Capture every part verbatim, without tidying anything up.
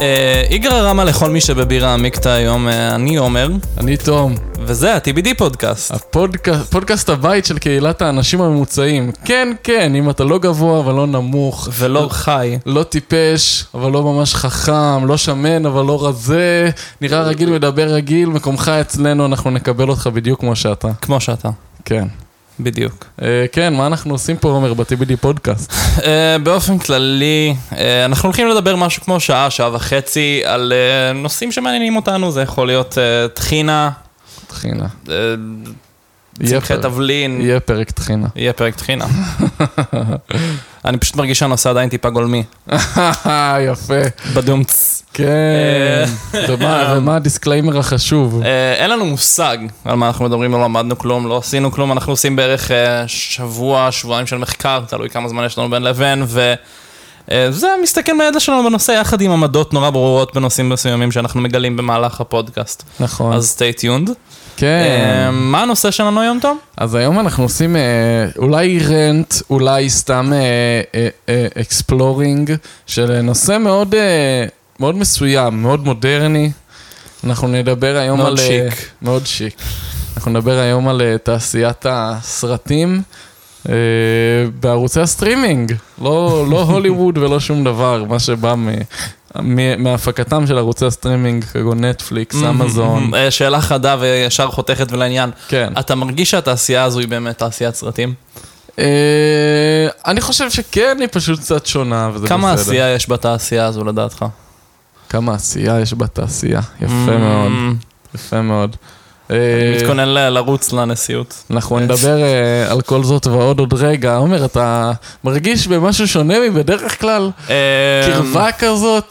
איגרא רמא לכל מי שבבירה עמיקתא היום, אני עומר. אני תום. וזה ה-טי בי די פודקאסט. הפודקאסט, פודקאסט הבית של קהילת האנשים הממוצעים. כן, כן, אם אתה לא גבוה אבל לא נמוך. ולא חי. לא טיפש, אבל לא ממש חכם, לא שמן, אבל לא רזה. נראה רגיל, מדבר רגיל, מקומך אצלנו, אנחנו נקבל אותך בדיוק כמו שאתה. כמו שאתה. כן. בדיוק. Uh, כן, מה אנחנו עושים פה, עומר, ב-טי בי די פודקאסט? Uh, באופן כללי, uh, אנחנו הולכים לדבר משהו כמו שעה, שעה וחצי, על uh, נושאים שמעניינים אותנו, זה יכול להיות uh, תחינה. תחינה. Uh, צמחי תבלין. יהיה פרק תחינה. יהיה פרק תחינה. אני פשוט מרגיש שהנושא עדיין טיפה גולמי. יפה. בדומצ. כן. ומה הדיסקליימר החשוב? אין לנו מושג על מה אנחנו מדברים, לא למדנו כלום, לא עשינו כלום, אנחנו עושים בערך שבוע, שבועיים של מחקר, תלוי כמה זמן יש לנו בין לבין, וזה מסתכל מהידע שלנו בנושא, יחד עם עמדות נורא ברורות בנושאים מסוימים שאנחנו מגלים במהלך הפודקאסט. נכון. אז stay tuned. כן. מה הנושא שלנו היום, תום? אז היום אנחנו עושים אולי רנט, אולי סתם אקספלורינג של נושא מאוד מאוד מסוים, מאוד מודרני. אנחנו נדבר היום על... מאוד שיק. מאוד שיק. אנחנו נדבר היום על תעשיית הסרטים בערוצי הסטרימינג. לא הוליווד ולא שום דבר, מה שבא מ... מהפקתם של ערוצי הסטרימינג, כגון נטפליקס, אמזון. שאלה חדה וישר חותכת ולעניין. כן. אתה מרגיש שהתעשייה הזו היא באמת תעשיית סרטים? אני חושב שכן, היא פשוט קצת שונה, וזה בסדר. כמה עשייה יש בתעשייה הזו לדעתך? כמה עשייה יש בתעשייה? יפה מאוד. יפה מאוד. אני מתכונן לרוץ לנשיאות. אנחנו נדבר על כל זאת ועוד עוד רגע. עומר, אתה מרגיש במשהו שונה מבדרך כלל? קרבה כזאת?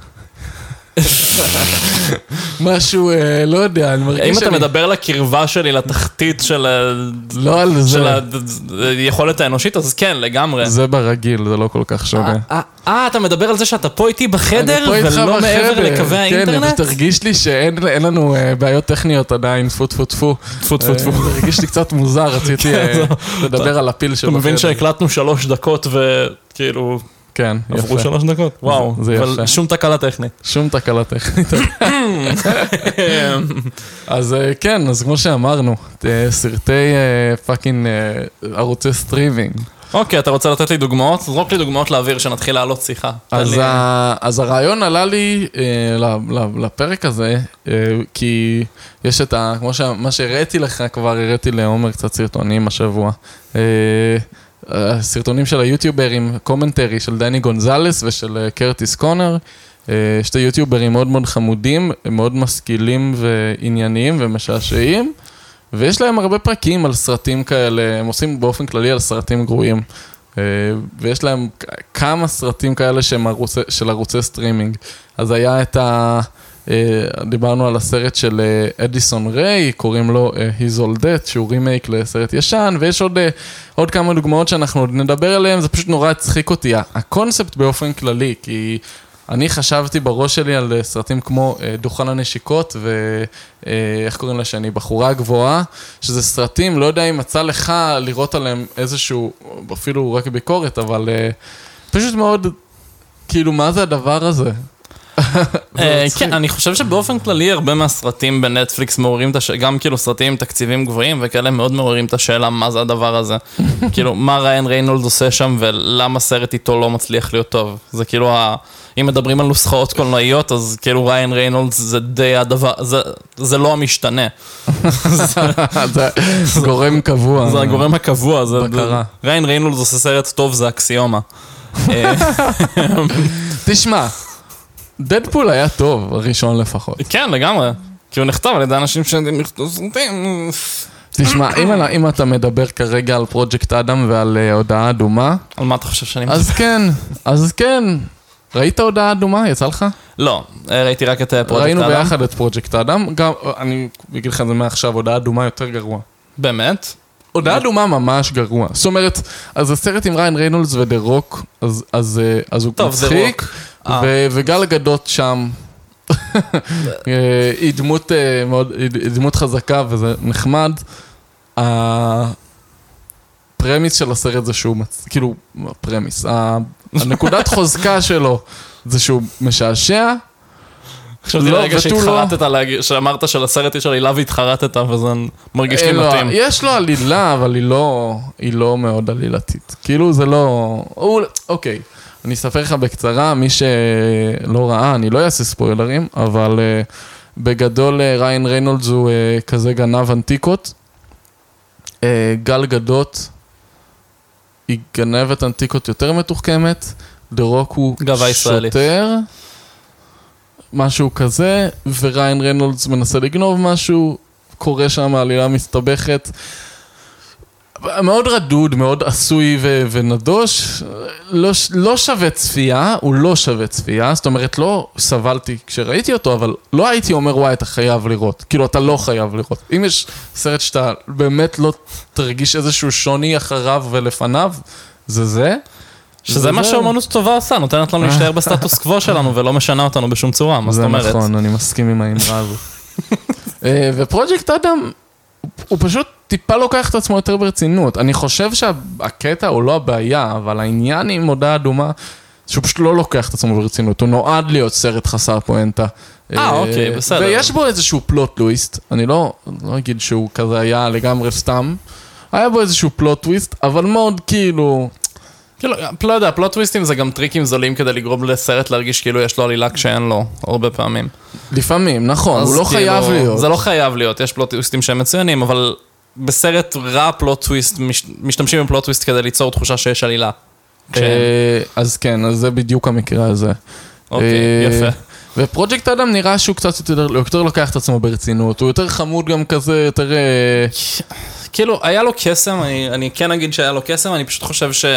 משהו, לא יודע, אני מרגיש... האם אתה מדבר לקרבה שלי, לתחתית של... לא על זה. של היכולת האנושית, אז כן, לגמרי. זה ברגיל, זה לא כל כך שונה. אה, אתה מדבר על זה שאתה פה איתי בחדר, ולא מעבר לקווי האינטרנט? כן, ותרגיש לי שאין לנו בעיות טכניות עדיין, טפו טפו טפו. טפו טפו טפו. זה הרגיש לי קצת מוזר, רציתי לדבר על הפיל שבחדר. אתה מבין שהקלטנו שלוש דקות וכאילו... כן, יפה. עברו שלוש דקות? וואו, זה יפה. אבל שום תקלה טכנית. שום תקלה טכנית. אז כן, אז כמו שאמרנו, סרטי פאקינג ערוצי סטרימינג. אוקיי, אתה רוצה לתת לי דוגמאות? זרוק לי דוגמאות לאוויר שנתחיל לעלות שיחה. אז הרעיון עלה לי לפרק הזה, כי יש את ה... כמו מה שהראיתי לך, כבר הראיתי לעומר קצת סרטונים השבוע. הסרטונים של היוטיוברים, קומנטרי של דני גונזלס ושל קרטיס קונר, שתי יוטיוברים מאוד מאוד חמודים, מאוד משכילים וענייניים ומשעשעים, ויש להם הרבה פרקים על סרטים כאלה, הם עושים באופן כללי על סרטים גרועים, ויש להם כמה סרטים כאלה שהם ערוצי, של ערוצי סטרימינג. אז היה את ה... דיברנו על הסרט של אדיסון ריי, קוראים לו He's All That, שהוא רימייק לסרט ישן, ויש עוד, עוד כמה דוגמאות שאנחנו נדבר עליהן, זה פשוט נורא הצחיק אותי. הקונספט באופן כללי, כי אני חשבתי בראש שלי על סרטים כמו דוכן הנשיקות, ואיך קוראים לה שאני, בחורה גבוהה, שזה סרטים, לא יודע אם מצא לך לראות עליהם איזשהו, אפילו רק ביקורת, אבל פשוט מאוד, כאילו, מה זה הדבר הזה? כן, אני חושב שבאופן כללי הרבה מהסרטים בנטפליקס מעוררים את השאלה, גם כאילו סרטים עם תקציבים גבוהים וכאלה מאוד מעוררים את השאלה מה זה הדבר הזה. כאילו, מה ריין ריינולד עושה שם ולמה סרט איתו לא מצליח להיות טוב. זה כאילו, אם מדברים על נוסחאות קולנועיות, אז כאילו ריין ריינולד זה די הדבר, זה לא המשתנה. זה גורם קבוע. זה הגורם הקבוע. בקרה. ריין ריינולד עושה סרט טוב, זה אקסיומה. תשמע. דדפול היה טוב, הראשון לפחות. כן, לגמרי. כי הוא נכתב על ידי אנשים שיודעים לכתוב סרטים. תשמע, אם אתה מדבר כרגע על פרויקט אדם ועל הודעה אדומה... על מה אתה חושב שאני מדבר? אז כן, אז כן. ראית הודעה אדומה? יצא לך? לא, ראיתי רק את פרויקט אדם. ראינו ביחד את פרויקט אדם. גם, אני אגיד לך את זה מעכשיו, הודעה אדומה יותר גרוע. באמת? הודעה אדומה ממש גרוע. זאת אומרת, אז הסרט עם ריין ריינולדס ודה רוק, אז הוא מצחיק. וגל הגדות שם, היא דמות מאוד, היא דמות חזקה וזה נחמד. הפרמיס של הסרט זה שהוא, כאילו, הפרמיס, הנקודת חוזקה שלו זה שהוא משעשע, חשבתי לרגע שהתחרטת, שאמרת שלסרט יש עלילה והתחרטת, וזה מרגיש לי מתאים. יש לו עלילה, אבל היא לא מאוד עלילתית. כאילו זה לא... אוקיי, אני אספר לך בקצרה, מי שלא ראה, אני לא אעשה ספוילרים, אבל בגדול ריין ריינולדס הוא כזה גנב אנטיקות. גל גדות היא גנבת אנטיקות יותר מתוחכמת, דרוק הוא שוטר, משהו כזה, וריין ריינולדס מנסה לגנוב משהו, קורה שם עלילה מסתבכת, מאוד רדוד, מאוד עשוי ו- ונדוש, לא, לא שווה צפייה, הוא לא שווה צפייה, זאת אומרת, לא סבלתי כשראיתי אותו, אבל לא הייתי אומר, וואי, אתה חייב לראות, כאילו, אתה לא חייב לראות. אם יש סרט שאתה באמת לא תרגיש איזשהו שוני אחריו ולפניו, זה זה. שזה מה שאומנות טובה עושה, נותנת לנו להשתאר בסטטוס קוו שלנו, ולא משנה אותנו בשום צורה, מה זאת אומרת? זה נכון, אני מסכים עם האמרה הזו. ופרויקט אדם, הוא פשוט טיפה לוקח את עצמו יותר ברצינות. אני חושב שהקטע הוא לא הבעיה, אבל העניין עם מודעה אדומה, שהוא פשוט לא לוקח את עצמו ברצינות. הוא נועד להיות סרט חסר פואנטה. אה, אוקיי, בסדר. ויש בו איזשהו פלוט טוויסט, אני לא, לא אגיד שהוא כזה היה לגמרי סתם, היה בו איזשהו פלוט טוויסט, אבל מאוד כאילו... כאילו, לא יודע, פלוט טוויסטים זה גם טריקים זולים כדי לגרום לסרט להרגיש כאילו יש לו עלילה כשאין לו, הרבה פעמים. לפעמים, נכון, הוא לא חייב להיות. זה לא חייב להיות, יש פלוט טוויסטים שהם מצוינים, אבל בסרט רע פלוט טוויסט, משתמשים בפלוט טוויסט כדי ליצור תחושה שיש עלילה. אז כן, אז זה בדיוק המקרה הזה. אוקיי, יפה. ופרויקט אדם נראה שהוא קצת יותר לוקח את עצמו ברצינות, הוא יותר חמוד גם כזה, יותר... כאילו, היה לו קסם, אני כן אגיד שהיה לו קסם, אני פשוט חושב ש...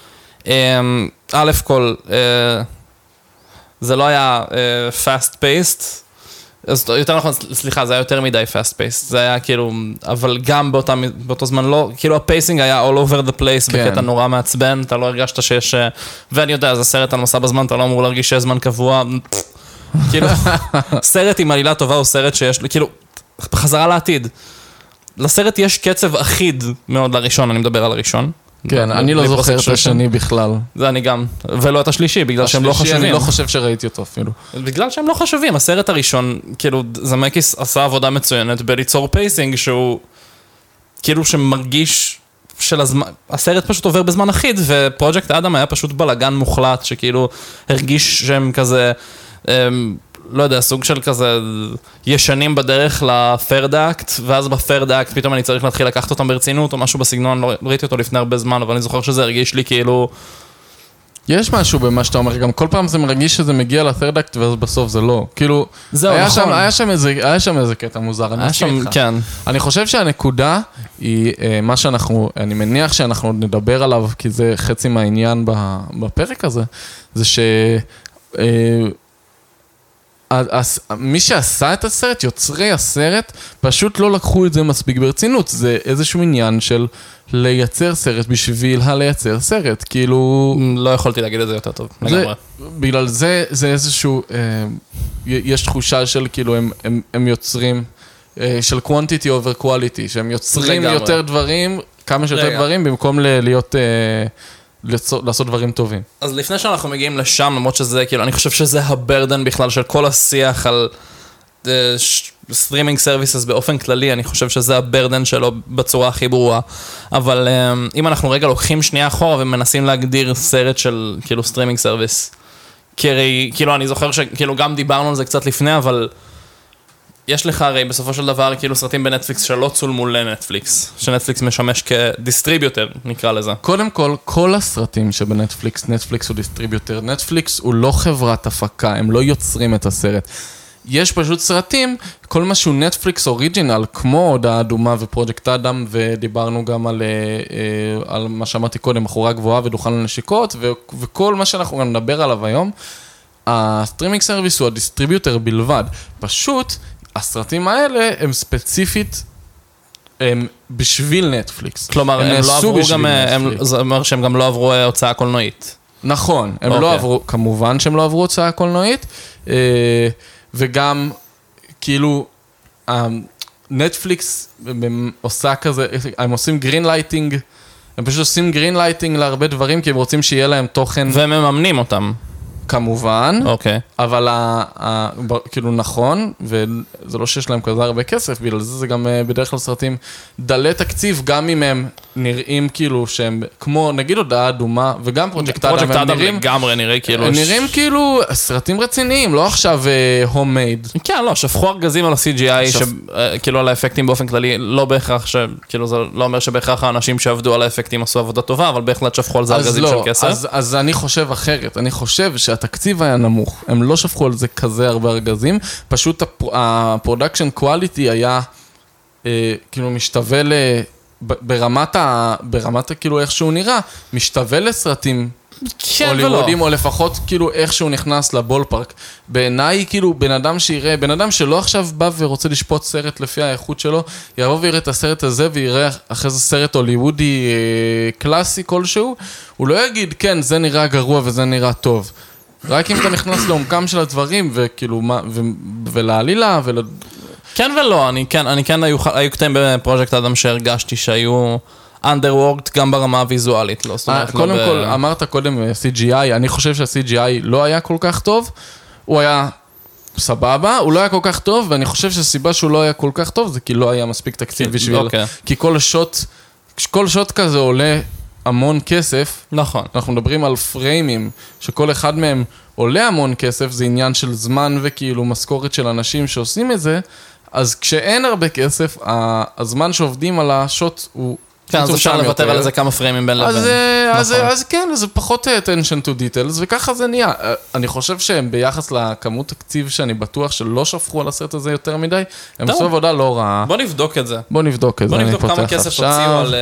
א' כל, זה לא היה fast paced, אז יותר נכון, סליחה, זה היה יותר מדי fast paced, זה היה כאילו, אבל גם באותו זמן לא, כאילו הפייסינג היה all over the place, בקטע נורא מעצבן, אתה לא הרגשת שיש, ואני יודע, זה סרט על מסע בזמן, אתה לא אמור להרגיש שיש זמן קבוע, כאילו, סרט עם עלילה טובה הוא סרט שיש, כאילו, בחזרה לעתיד, לסרט יש קצב אחיד מאוד לראשון, אני מדבר על הראשון, כן, אני לא זוכר את השני בכלל. זה אני גם, ולא את השלישי, בגלל שהם לא חשובים. השלישי אני לא חושב שראיתי אותו אפילו. בגלל שהם לא חשובים, הסרט הראשון, כאילו, זמקיס עשה עבודה מצוינת בליצור פייסינג שהוא, כאילו שמרגיש של הזמן, הסרט פשוט עובר בזמן אחיד, ופרויקט אדם היה פשוט בלגן מוחלט, שכאילו הרגיש שהם כזה, לא יודע, סוג של כזה ישנים בדרך לפרד אקט, ואז בפרד אקט פתאום אני צריך להתחיל לקחת אותם ברצינות, או משהו בסגנון, לא ראיתי אותו לפני הרבה זמן, אבל אני זוכר שזה הרגיש לי כאילו... יש משהו במה שאתה אומר, גם כל פעם זה מרגיש שזה מגיע לפרד אקט, ואז בסוף זה לא. כאילו, היה שם, היה שם איזה, היה שם איזה קטע מוזר, אני מסכים איתך. כן. אני חושב שהנקודה היא מה שאנחנו, אני מניח שאנחנו נדבר עליו, כי זה חצי מהעניין בפרק הזה, זה ש... מי שעשה את הסרט, יוצרי הסרט, פשוט לא לקחו את זה מספיק ברצינות. זה איזשהו עניין של לייצר סרט בשביל הלייצר סרט. כאילו... לא יכולתי להגיד את זה יותר טוב. בגלל זה, זה איזשהו... יש תחושה של כאילו הם, הם, הם יוצרים, של quantity over quality, שהם יוצרים יותר דברים, כמה שיותר דברים, במקום להיות... לעשות דברים טובים. אז לפני שאנחנו מגיעים לשם, למרות שזה, כאילו, אני חושב שזה הברדן בכלל של כל השיח על סטרימינג סרוויסס באופן כללי, אני חושב שזה הברדן שלו בצורה הכי ברורה. אבל אם אנחנו רגע לוקחים שנייה אחורה ומנסים להגדיר סרט של כאילו סטרימינג סרוויס, כי כאילו אני זוכר שכאילו גם דיברנו על זה קצת לפני, אבל יש לך הרי בסופו של דבר כאילו סרטים בנטפליקס שלא צולמו לנטפליקס, שנטפליקס משמש כדיסטריביוטר, נקרא לזה. קודם כל, כל הסרטים שבנטפליקס, נטפליקס הוא דיסטריביוטר, נטפליקס הוא לא חברת הפקה, הם לא יוצרים את הסרט. יש פשוט סרטים, כל משהו נטפליקס אוריג'ינל, כמו הודעה אדומה ופרויקט אדם, ודיברנו גם על, על מה שאמרתי קודם, אחורה גבוהה ודוכן לנשיקות, וכל מה שאנחנו גם נדבר עליו היום, הסטרימינג סרוויס הוא הדיסטריביוטר בלבד. פשוט, הסרטים האלה הם ספציפית, הם בשביל נטפליקס. כלומר, הם, הם לא עברו גם, הם, זה אומר שהם גם לא עברו הוצאה קולנועית. נכון, הם okay. לא עברו, כמובן שהם לא עברו הוצאה קולנועית, וגם, כאילו, נטפליקס עושה כזה, הם עושים גרין לייטינג, הם פשוט עושים גרין לייטינג להרבה דברים, כי הם רוצים שיהיה להם תוכן. והם מממנים אותם. כמובן, אוקיי. אבל ה, ה, כאילו נכון, וזה לא שיש להם כזה הרבה כסף, בגלל זה זה גם בדרך כלל סרטים דלי תקציב, גם אם הם נראים כאילו שהם, כמו נגיד הודעה אדומה, וגם פרויקט אדם, פרויקט הם אדם נראים, לגמרי נראה כאילו... הם נראים כאילו סרטים רציניים, לא עכשיו הום מייד. כן, לא, שפכו ארגזים על ה-סי ג'י איי, כאילו על האפקטים באופן כללי, לא בהכרח ש... כאילו זה לא אומר שבהכרח האנשים שעבדו על האפקטים עשו עבודה טובה, אבל בהחלט שפכו על זה ארגזים של כסף. אז, אז אני חושב אחרת, אני חושב שהתקציב היה נמוך, הם לא שפכו על זה כזה הרבה ארגזים, פשוט הפרודקשן קואליטי היה אה, כאילו משתווה ל... ברמת ה... ברמת כאילו איך שהוא נראה, משתווה לסרטים הוליוודים, או לפחות כאילו איך שהוא נכנס לבול פארק. בעיניי כאילו בן אדם שיראה, בן אדם שלא עכשיו בא ורוצה לשפוט סרט לפי האיכות שלו, יבוא ויראה את הסרט הזה ויראה אחרי זה סרט הוליוודי אה, קלאסי כלשהו, הוא לא יגיד כן זה נראה גרוע וזה נראה טוב. רק אם אתה נכנס לעומקם של הדברים וכאילו מה, ו... ולעלילה ול... כן ולא, אני כן, אני כן היו, היו קטעים בפרויקט אדם שהרגשתי שהיו underworked גם ברמה הוויזואלית, לא? זאת אומרת, קודם לא כל, ב... אמרת קודם סי ג'י איי, אני חושב שה-סי ג'י איי לא היה כל כך טוב, הוא היה סבבה, הוא לא היה כל כך טוב, ואני חושב שהסיבה שהוא לא היה כל כך טוב, זה כי לא היה מספיק תקציב בשביל... אוקיי. כי כל שוט, כל שוט כזה עולה המון כסף. נכון. אנחנו מדברים על פריימים, שכל אחד מהם עולה המון כסף, זה עניין של זמן וכאילו משכורת של אנשים שעושים את זה, אז כשאין הרבה כסף, הזמן שעובדים על השוט הוא... כן, אז אפשר לוותר על איזה כמה פריימים בין לבין. אז כן, זה פחות attention to details, וככה זה נהיה. אני חושב שהם ביחס לכמות תקציב שאני בטוח שלא שפכו על הסרט הזה יותר מדי, הם עשו עבודה לא רעה. בוא נבדוק את זה. בוא נבדוק את זה, בוא נבדוק כמה כסף הוציאו על...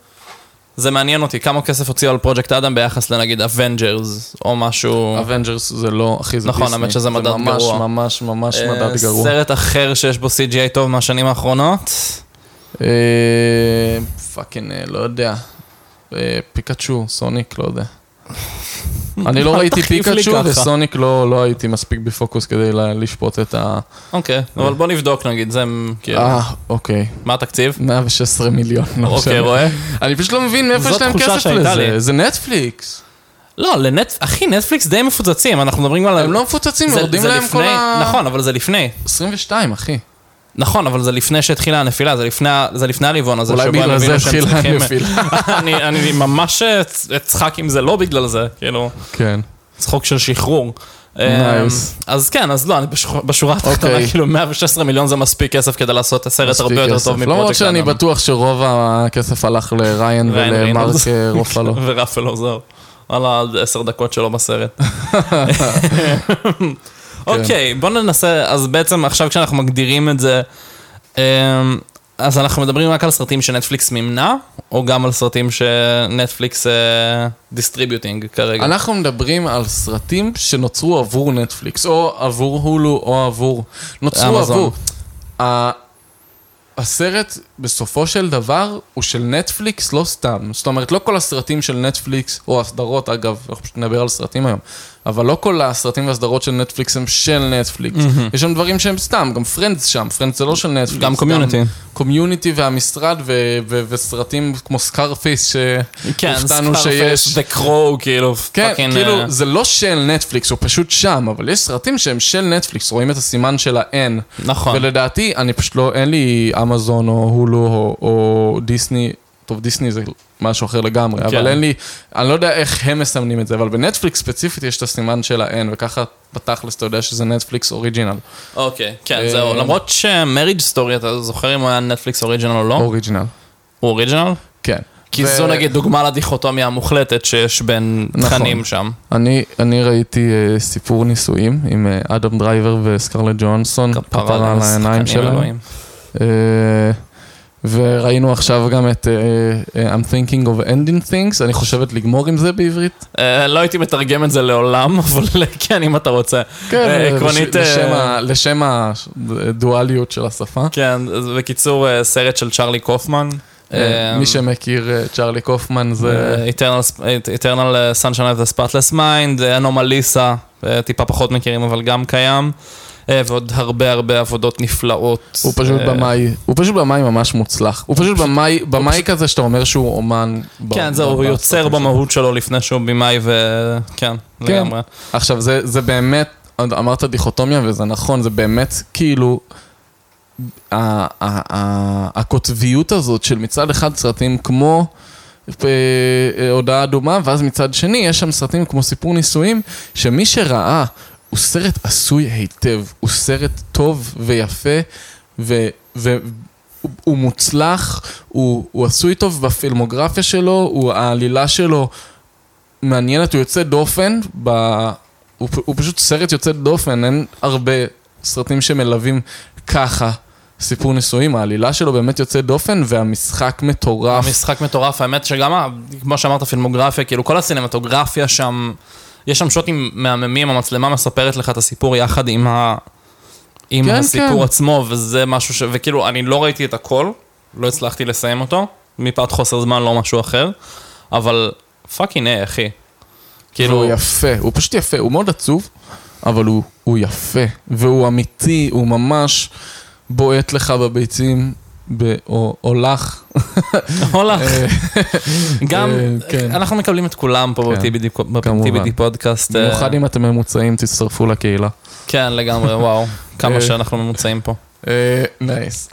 זה מעניין אותי, כמה כסף הוציאו על פרויקט אדם ביחס לנגיד אבנג'רס או משהו... אבנג'רס זה לא, אחי, זה דיסני. נכון, האמת שזה מדד גרוע. זה ממש ממש ממש מדד גרוע. סרט אחר שיש בו סי ג'י איי טוב מהשנים האחרונות? פאקינג, לא יודע. פיקאצ'ו, סוניק, לא יודע. אני לא ראיתי פיקאצ'ו וסוניק לא הייתי מספיק בפוקוס כדי לשפוט את ה... אוקיי, אבל בוא נבדוק נגיד, זה כאילו... אה, אוקיי. מה התקציב? מאה ושש עשרה מיליון. אוקיי, רואה? אני פשוט לא מבין מאיפה יש להם כסף לזה. זה נטפליקס. לא, אחי, נטפליקס די מפוצצים, אנחנו מדברים על... הם לא מפוצצים, יורדים להם כל ה... נכון, אבל זה לפני. עשרים ושתיים, אחי. נכון, אבל זה לפני שהתחילה הנפילה, זה לפני, זה לפני הרבעון הזה. אולי בגלל זה התחילה הנפילה. אני, אני ממש אצחק אם זה לא בגלל זה, כאילו. כן. צחוק של שחרור. נייס. אז כן, אז לא, אני בשורה התחתונה, כאילו מאה ושש עשרה מיליון זה מספיק כסף כדי לעשות סרט הרבה יותר טוב מפרויקט. למרות שאני בטוח שרוב הכסף הלך לריין ולמרק רופלו. ורפלו, זהו. על העשר דקות שלו בסרט. אוקיי, בוא ננסה, אז בעצם עכשיו כשאנחנו מגדירים את זה, אז אנחנו מדברים רק על סרטים שנטפליקס ממנע, או גם על סרטים שנטפליקס דיסטריביוטינג כרגע? אנחנו מדברים על סרטים שנוצרו עבור נטפליקס, או עבור הולו, או עבור... נוצרו עבור. הסרט בסופו של דבר הוא של נטפליקס, לא סתם. זאת אומרת, לא כל הסרטים של נטפליקס, או הסדרות, אגב, אנחנו פשוט נדבר על סרטים היום, אבל לא כל הסרטים והסדרות של נטפליקס הם של נטפליקס. יש שם דברים שהם סתם, גם פרנדס שם, פרנדס זה לא של נטפליקס. גם קומיוניטי. קומיוניטי והמשרד וסרטים כמו סקארפיס, שהופתענו שיש. The Crow, כאילו. כן, כאילו, זה לא של נטפליקס, הוא פשוט שם, אבל יש סרטים שהם של נטפליקס, רואים את הסימן של ה-N. נכון. ולדעתי, אני פשוט לא, אין לי אמזון או הולו או דיסני, טוב, דיסני זה משהו אחר לגמרי, אבל אין לי, אני לא יודע איך הם מסמנים את זה, אבל בנטפליקס ספציפית יש את הסימן של ה-N, וככה בתכלס אתה יודע שזה נטפליקס אוריג'ינל. אוקיי, כן, זהו, למרות שמריג' סטורי, אתה זוכר אם הוא היה נטפליקס אוריג'ינל או לא? אוריג'ינל. הוא אוריג'ינל? כן. כי זו נגיד דוגמה לדיכוטומיה המוחלטת שיש בין תכנים שם. אני ראיתי סיפור נישואים עם אדם דרייבר וסקרלט ג'ונסון, כפרה על העיניים שלהם. וראינו עכשיו גם את uh, I'm thinking of ending things, אני חושבת לגמור עם זה בעברית. Uh, לא הייתי מתרגם את זה לעולם, אבל כן, אם אתה רוצה. כן, עקרונית, לשם, uh, לשם הדואליות של השפה. כן, בקיצור, uh, סרט של צ'רלי קופמן. Uh, מי שמכיר uh, צ'רלי קופמן זה... Uh, Eternal, Eternal Sunshine of the Spotless Mind, אנומליסה, uh, טיפה פחות מכירים, אבל גם קיים. ועוד הרבה הרבה עבודות נפלאות. הוא פשוט במאי, הוא פשוט במאי ממש מוצלח. הוא פשוט במאי, במאי כזה שאתה אומר שהוא אומן. כן, זהו, הוא יוצר במהות שלו לפני שהוא במאי וכן, לגמרי. עכשיו, זה באמת, אמרת דיכוטומיה וזה נכון, זה באמת כאילו, הכותביות הזאת של מצד אחד סרטים כמו הודעה אדומה, ואז מצד שני יש שם סרטים כמו סיפור נישואים, שמי שראה הוא סרט עשוי היטב, הוא סרט טוב ויפה, והוא מוצלח, הוא עשוי טוב בפילמוגרפיה שלו, העלילה שלו מעניינת, הוא יוצא דופן, הוא פשוט סרט יוצא דופן, אין הרבה סרטים שמלווים ככה. סיפור נישואים, העלילה שלו באמת יוצא דופן, והמשחק מטורף. המשחק מטורף, האמת שגם, כמו שאמרת, פילמוגרפיה, כאילו כל הסינמטוגרפיה שם, יש שם שוטים מהממים, המצלמה מספרת לך את הסיפור יחד עם, ה... עם כן, הסיפור כן. עצמו, וזה משהו ש... וכאילו, אני לא ראיתי את הכל, לא הצלחתי לסיים אותו, מפאת חוסר זמן, לא משהו אחר, אבל פאקינג אה, אחי. כאילו... הוא יפה, הוא פשוט יפה, הוא מאוד עצוב, אבל הוא, הוא יפה, והוא אמיתי, הוא ממש... בועט לך בביצים, או לך. או לך. גם, אנחנו מקבלים את כולם פה ב-טי בי די פודקאסט. במיוחד אם אתם ממוצעים, תצטרפו לקהילה. כן, לגמרי, וואו. כמה שאנחנו ממוצעים פה. נייס.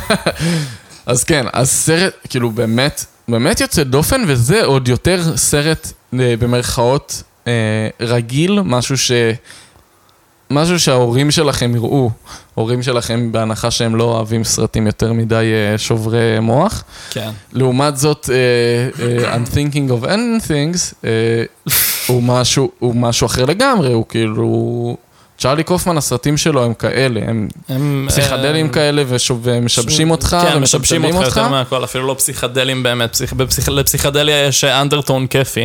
אז כן, אז סרט, כאילו באמת, באמת יוצא דופן, וזה עוד יותר סרט במרכאות רגיל, משהו ש... משהו שההורים שלכם יראו, הורים שלכם בהנחה שהם לא אוהבים סרטים יותר מדי שוברי מוח. כן. לעומת זאת, uh, uh, I'm thinking of ending things, uh, הוא, משהו, הוא משהו אחר לגמרי, הוא כאילו... צ'רלי קופמן, הסרטים שלו הם כאלה, הם, הם פסיכדלים הם... כאלה ומשבשים ש... אותך כן, ומשבשים אותך יותר מהכל, אפילו לא פסיכדלים באמת, פסיכ... בפסיכ... לפסיכדליה יש אנדרטון כיפי.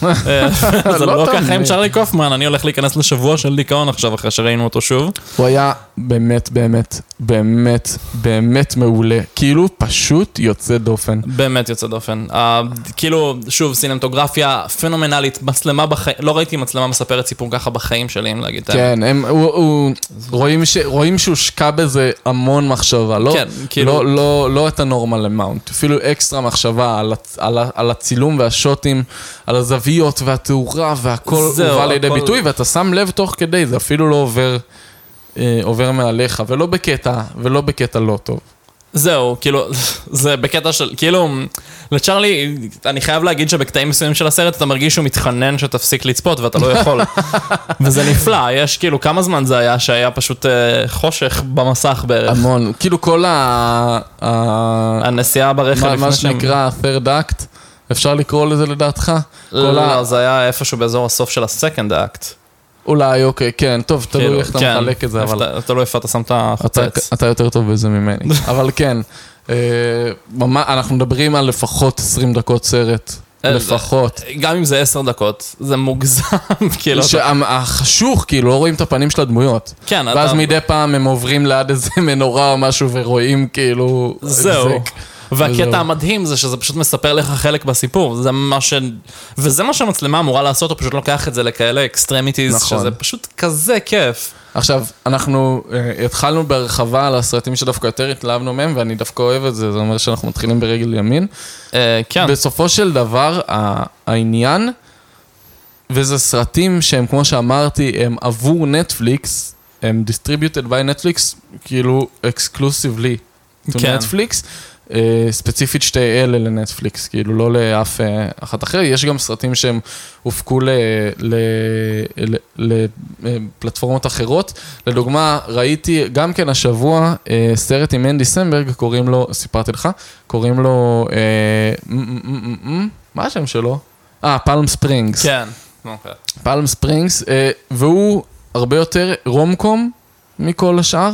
זה לא ככה עם צ'רלי קופמן, אני הולך להיכנס לשבוע של דיכאון עכשיו, אחרי שראינו אותו שוב. הוא היה באמת, באמת, באמת, באמת מעולה, כאילו פשוט יוצא דופן. באמת יוצא דופן. כאילו, שוב, סינמטוגרפיה פנומנלית, מצלמה בחיים, לא ראיתי מצלמה מספרת סיפור ככה בחיים שלי, אם להגיד. כן, הם הוא, הוא, רואים, ש, רואים שהוא שקע בזה המון מחשבה, לא, כן, כאילו... לא, לא, לא את הנורמל אמאונט, אפילו אקסטרה מחשבה על, על, על הצילום והשוטים, על הזוויות והתאורה והכל הובא לידי הכל... ביטוי, ואתה שם לב תוך כדי, זה אפילו לא עובר, אה, עובר מעליך, ולא בקטע, ולא בקטע לא טוב. זהו, כאילו, זה בקטע של, כאילו, לצ'רלי, אני חייב להגיד שבקטעים מסוימים של הסרט אתה מרגיש שהוא מתחנן שתפסיק לצפות ואתה לא יכול. וזה נפלא, יש כאילו, כמה זמן זה היה שהיה פשוט אה, חושך במסך בערך. המון, כאילו כל ה... הנסיעה ברכב לפני שם. מה שנקרא third act, אפשר לקרוא לזה לדעתך? לא, ה... זה היה איפשהו באזור הסוף של ה-second act. אולי, אוקיי, כן, טוב, תלוי איך אתה מחלק את זה, אבל... תלוי איפה אתה שם את החוצץ. אתה יותר טוב בזה ממני, אבל כן, אנחנו מדברים על לפחות עשרים דקות סרט, לפחות. גם אם זה עשר דקות, זה מוגזם, כאילו... החשוך, כאילו, לא רואים את הפנים של הדמויות. כן, ואז מדי פעם הם עוברים ליד איזה מנורה או משהו, ורואים כאילו... זהו. והקטע המדהים זה שזה פשוט מספר לך חלק בסיפור, זה מה ש... וזה מה שהמצלמה אמורה לעשות, הוא פשוט לוקח את זה לכאלה אקסטרמיטיז, נכון. שזה פשוט כזה כיף. עכשיו, אנחנו uh, התחלנו בהרחבה על הסרטים שדווקא יותר התלהבנו מהם, ואני דווקא אוהב את זה, זה אומר שאנחנו מתחילים ברגל ימין. Uh, כן. בסופו של דבר, העניין, וזה סרטים שהם, כמו שאמרתי, הם עבור נטפליקס, הם distributed by נטפליקס, כאילו exclusively to כן. נטפליקס, ספציפית שתי אלה לנטפליקס, כאילו לא לאף אחת אחרת. יש גם סרטים שהם הופקו לפלטפורמות אחרות. לדוגמה, ראיתי גם כן השבוע סרט עם אנדי סמברג, קוראים לו, סיפרתי לך, קוראים לו, מה השם שלו? אה, פלם ספרינגס. כן. פלם ספרינגס, והוא הרבה יותר רומקום מכל השאר.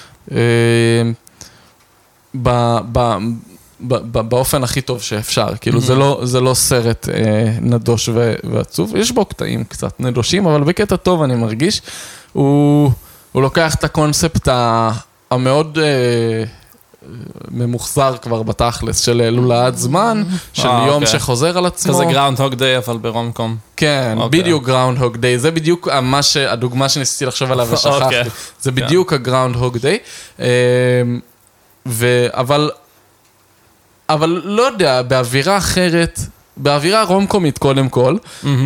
ב, ב, ב, ב, באופן הכי טוב שאפשר, כאילו זה לא, זה לא סרט אה, נדוש ו, ועצוב, יש בו קטעים קצת נדושים, אבל בקטע טוב אני מרגיש, הוא, הוא לוקח את הקונספט המאוד אה, ממוחזר כבר בתכלס של לולאת זמן, של יום שחוזר על עצמו. כזה גראונד-הוג דיי, אבל ברומקום. כן, בדיוק גראונד-הוג דיי. זה בדיוק הדוגמה שניסיתי לחשוב עליו ושכחתי. זה בדיוק הגראונד-הוג דיי. אבל, אבל לא יודע, באווירה אחרת, באווירה רומקומית קודם כל,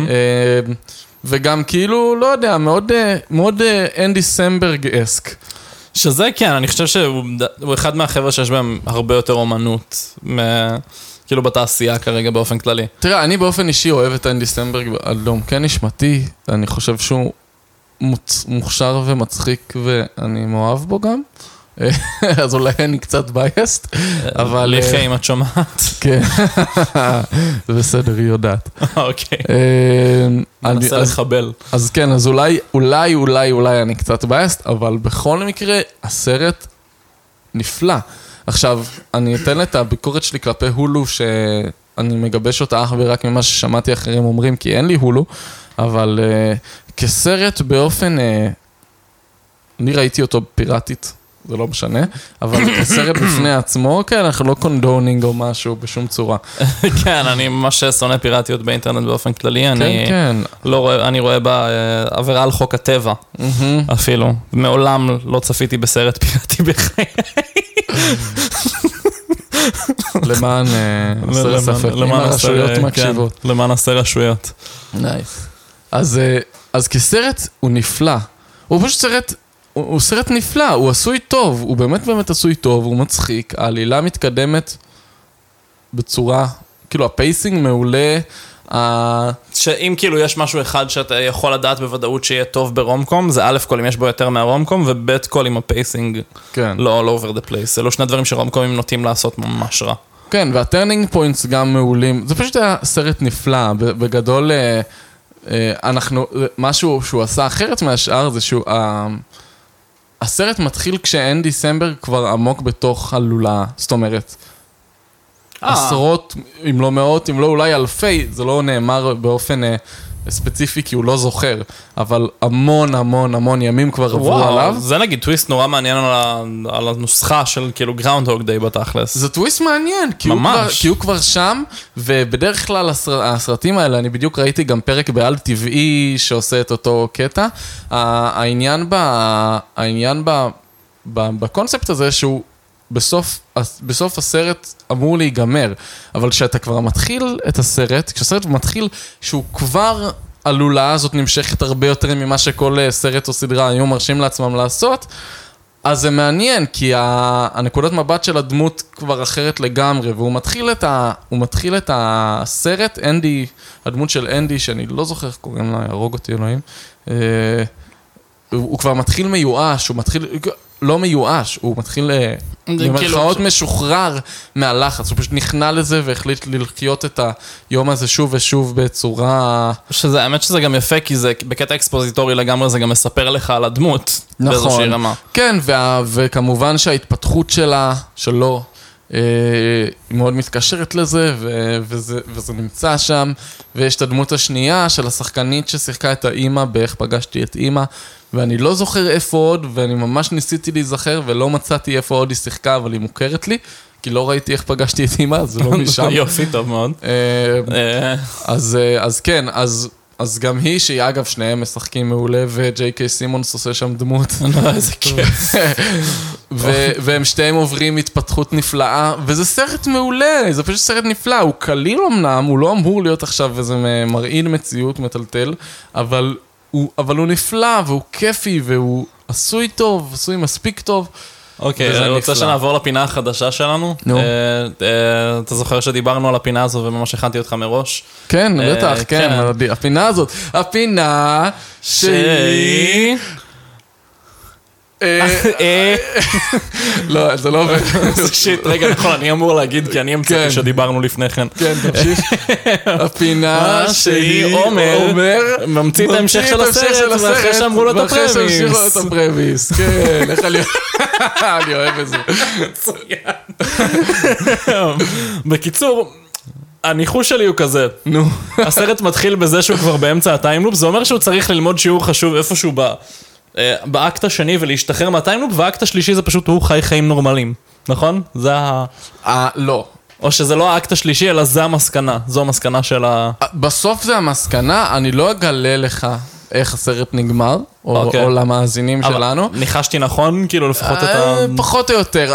וגם כאילו, לא יודע, מאוד, מאוד אנדי סמברג-אסק. שזה כן, אני חושב שהוא אחד מהחבר'ה שיש בהם הרבה יותר אומנות, כאילו בתעשייה כרגע באופן כללי. תראה, אני באופן אישי אוהב את אנדי סמברג על עומקי נשמתי, אני חושב שהוא מוכשר ומצחיק ואני מאוהב בו גם. אז אולי אני קצת בייסט, אבל... לכי אם את שומעת. כן, זה בסדר, היא יודעת. אוקיי. ננסה לחבל. אז כן, אז אולי, אולי, אולי, אולי אני קצת בייסט, אבל בכל מקרה, הסרט נפלא. עכשיו, אני אתן את הביקורת שלי כלפי הולו, שאני מגבש אותה אך ורק ממה ששמעתי אחרים אומרים, כי אין לי הולו, אבל כסרט באופן... אני ראיתי אותו פיראטית. זה לא משנה, אבל כסרט בפני עצמו, כן, אנחנו לא קונדונינג או משהו בשום צורה. כן, אני ממש שונא פיראטיות באינטרנט באופן כללי, אני כן. לא רואה, אני רואה בה עבירה על חוק הטבע, אפילו. מעולם לא צפיתי בסרט פיראטי בחיי. למען הסר ספק, אם הרשויות מקשיבות. למען הסר רשויות. נייס. אז כסרט הוא נפלא. הוא פשוט סרט... הוא סרט נפלא, הוא עשוי טוב, הוא באמת באמת עשוי טוב, הוא מצחיק, העלילה מתקדמת בצורה, כאילו הפייסינג מעולה, שאם כאילו יש משהו אחד שאתה יכול לדעת בוודאות שיהיה טוב ברומקום, זה א' כל אם יש בו יותר מהרומקום, וב' כל אם הפייסינג לא all over the place, זה לא שני דברים שרומקומים נוטים לעשות ממש רע. כן, והטרנינג פוינטס גם מעולים, זה פשוט היה סרט נפלא, בגדול אנחנו, משהו שהוא עשה אחרת מהשאר זה שהוא... הסרט מתחיל כשאנדי סמברג כבר עמוק בתוך הלולה, זאת אומרת, עשרות, אם לא מאות, אם לא אולי אלפי, זה לא נאמר באופן ספציפי כי הוא לא זוכר, אבל המון המון המון ימים כבר עברו עליו. זה נגיד טוויסט נורא מעניין על הנוסחה של כאילו גראונד-הוג דיי בתכלס. זה טוויסט מעניין, כי הוא כבר שם, ובדרך כלל הסרטים האלה, אני בדיוק ראיתי גם פרק בעל טבעי שעושה את אותו קטע, העניין העניין בקונספט הזה שהוא בסוף, בסוף הסרט אמור להיגמר, אבל כשאתה כבר מתחיל את הסרט, כשהסרט מתחיל שהוא כבר הלולה הזאת נמשכת הרבה יותר ממה שכל סרט או סדרה היו מרשים לעצמם לעשות, אז זה מעניין, כי הנקודת מבט של הדמות כבר אחרת לגמרי, והוא מתחיל את, ה, הוא מתחיל את הסרט, אנדי, הדמות של אנדי, שאני לא זוכר איך קוראים לה, ירוג אותי אלוהים, הוא כבר מתחיל מיואש, הוא מתחיל... לא מיואש, הוא מתחיל במרכאות משוחרר מהלחץ, הוא פשוט נכנע לזה והחליט לחיות את היום הזה שוב ושוב בצורה... שזה, האמת שזה גם יפה, כי זה בקטע אקספוזיטורי לגמרי, זה גם מספר לך על הדמות. נכון, כן, וכמובן שההתפתחות שלה, שלו, היא מאוד מתקשרת לזה, וזה נמצא שם, ויש את הדמות השנייה של השחקנית ששיחקה את האמא, באיך פגשתי את אמא, ואני לא זוכר איפה עוד, ואני ממש ניסיתי להיזכר, ולא מצאתי איפה עוד היא שיחקה, אבל היא מוכרת לי, כי לא ראיתי איך פגשתי את אמא, אז זה לא משם. יופי, טוב מאוד. אז כן, אז גם היא, שהיא אגב שניהם משחקים מעולה, וג'יי קיי סימונס עושה שם דמות. איזה כיף. והם שתיהם עוברים התפתחות נפלאה, וזה סרט מעולה, זה פשוט סרט נפלא, הוא קליל אמנם, הוא לא אמור להיות עכשיו איזה מרעין מציאות מטלטל, אבל... הוא, אבל הוא נפלא, והוא כיפי, והוא עשוי טוב, עשוי מספיק טוב. אוקיי, אני רוצה שנעבור לפינה החדשה שלנו. נו. אתה זוכר שדיברנו על הפינה הזו, וממש הכנתי אותך מראש? כן, בטח, כן, הפינה הזאת. הפינה שהיא... לא, זה לא עובד. שיט, רגע, נכון, אני אמור להגיד, כי אני אמצאתי שדיברנו לפני כן. כן, תמשיך. הפינה שהיא אומר, ממציא את ההמשך של הסרט, ואחרי שאמרו לו את הפרביס. ואחרי שאמרו לו את הפרביס, כן, איך אני... אני אוהב את זה. בקיצור... הניחוש שלי הוא כזה. נו. הסרט מתחיל בזה שהוא כבר באמצע הטיימלופ, זה אומר שהוא צריך ללמוד שיעור חשוב איפשהו ב... באקט השני ולהשתחרר מהטיימלופ, והאקט השלישי זה פשוט הוא חי חיים נורמליים. נכון? זה ה... אה, לא. או שזה לא האקט השלישי, אלא זה המסקנה. זו המסקנה של ה... בסוף זה המסקנה, אני לא אגלה לך איך הסרט נגמר, או, okay. או למאזינים שלנו. ניחשתי נכון, כאילו לפחות את ה... פחות או יותר,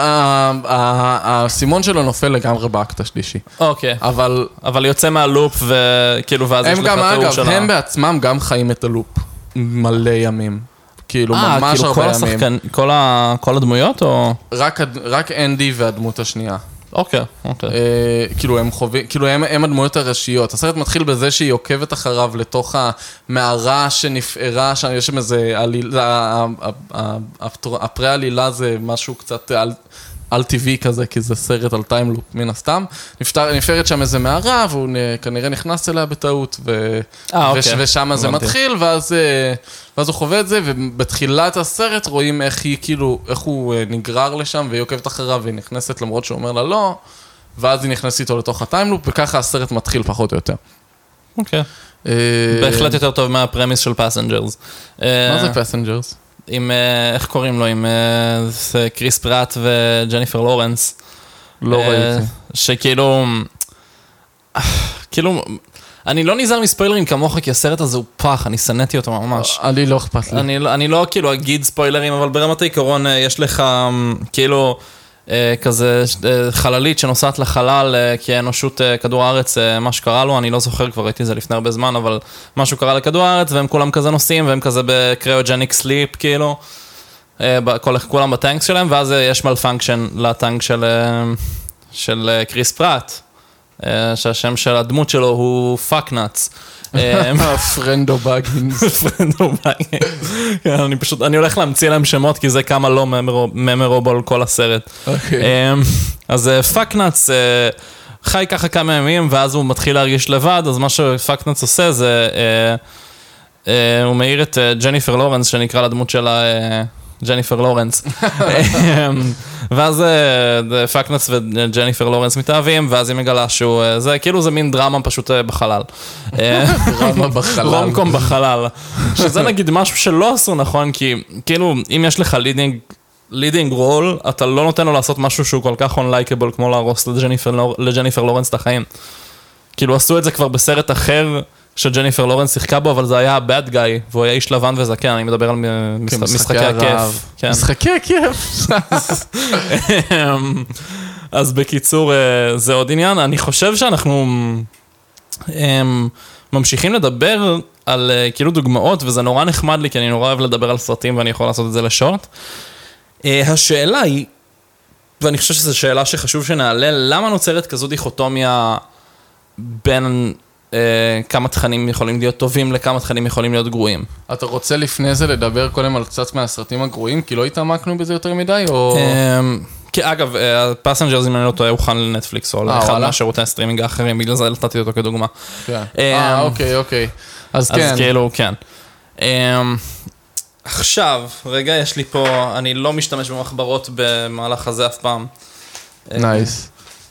הסימון שלו נופל לגמרי באקט השלישי. אוקיי. אבל... אבל יוצא מהלופ, וכאילו, ואז יש לך תיאור שלה. הם בעצמם גם חיים את הלופ מלא ימים. כאילו, ממש הרבה ימים. כל, ה... כל הדמויות, או...? רק, רק אנדי והדמות השנייה. אוקיי, אוקיי. כאילו הם חווים, כאילו הם, הם הדמויות הראשיות. הסרט מתחיל בזה שהיא עוקבת אחריו לתוך המערה שנפערה, שיש שם איזה עלילה, הפרי עלילה זה משהו קצת על, על טבעי כזה, כי זה סרט על טיימלופ מן הסתם. נפערת שם איזה מערה, והוא כנראה נכנס אליה בטעות, ו, 아, וש, אוקיי. ושם זה מתחיל, ואז... ואז הוא חווה את זה, ובתחילת הסרט רואים איך היא, כאילו, איך הוא נגרר לשם, והיא עוקבת אחריו, והיא נכנסת למרות שהוא אומר לה לא, ואז היא נכנסת איתו לתוך הטיימלופ, וככה הסרט מתחיל פחות או יותר. אוקיי. בהחלט יותר טוב מהפרמיס של פסנג'רס. מה זה פסנג'רס? עם, איך קוראים לו? עם קריס פראט וג'ניפר לורנס. לא ראיתי. שכאילו, כאילו... אני לא נזהר מספוילרים כמוך, כי הסרט הזה הוא פח, אני סנאתי אותו ממש. אני לא אכפת לי. אני, אני לא כאילו אגיד ספוילרים, אבל ברמת העיקרון יש לך כאילו כזה חללית שנוסעת לחלל, כי האנושות כדור הארץ, מה שקרה לו, אני לא זוכר, כבר ראיתי את זה לפני הרבה זמן, אבל משהו קרה לכדור הארץ, והם כולם כזה נוסעים, והם כזה בקריוג'ניק סליפ, כאילו, כולם בטנקס שלהם, ואז יש מלפנקשן לטנק של, של קריס פראט. שהשם של הדמות שלו הוא פאקנאץ. פרנדו בגינס. פרנדו בגינס. אני פשוט, אני הולך להמציא להם שמות, כי זה כמה לא ממרובל כל הסרט. אז פאקנאץ חי ככה כמה ימים, ואז הוא מתחיל להרגיש לבד, אז מה שפאקנאץ עושה זה, הוא מאיר את ג'ניפר לורנס, שנקרא לדמות שלה ג'ניפר לורנס. ואז פאקנאץ וג'ניפר לורנס מתאהבים, ואז היא מגלה שהוא, זה כאילו זה מין דרמה פשוט בחלל. דרמה בחלל. רומקום בחלל. שזה נגיד משהו שלא עשו נכון, כי כאילו אם יש לך לידינג, לידינג רול, אתה לא נותן לו לעשות משהו שהוא כל כך אונלייקבל, כמו להרוס לג'ניפר לורנס את החיים. כאילו עשו את זה כבר בסרט אחר, שג'ניפר לורנס שיחקה בו, אבל זה היה הבאד גאי, והוא היה איש לבן וזקן, אני מדבר על משחקי הכיף. משחקי הכיף. אז בקיצור, זה עוד עניין. אני חושב שאנחנו ממשיכים לדבר על כאילו דוגמאות, וזה נורא נחמד לי, כי אני נורא אוהב לדבר על סרטים, ואני יכול לעשות את זה לשורט. השאלה היא, ואני חושב שזו שאלה שחשוב שנעלה, למה נוצרת כזו דיכוטומיה בין... כמה תכנים יכולים להיות טובים, לכמה תכנים יכולים להיות גרועים. אתה רוצה לפני זה לדבר קודם על קצת מהסרטים הגרועים, כי לא התעמקנו בזה יותר מדי, או... כי אגב, פסנג'רס, אם אני לא טועה, הוכן לנטפליקס, או לאחד מהשירותי הסטרימינג האחרים, בגלל זה נתתי אותו כדוגמה. אה, אוקיי, אוקיי. אז כן. אז כאילו, כן. עכשיו, רגע, יש לי פה, אני לא משתמש במחברות במהלך הזה אף פעם. נייס.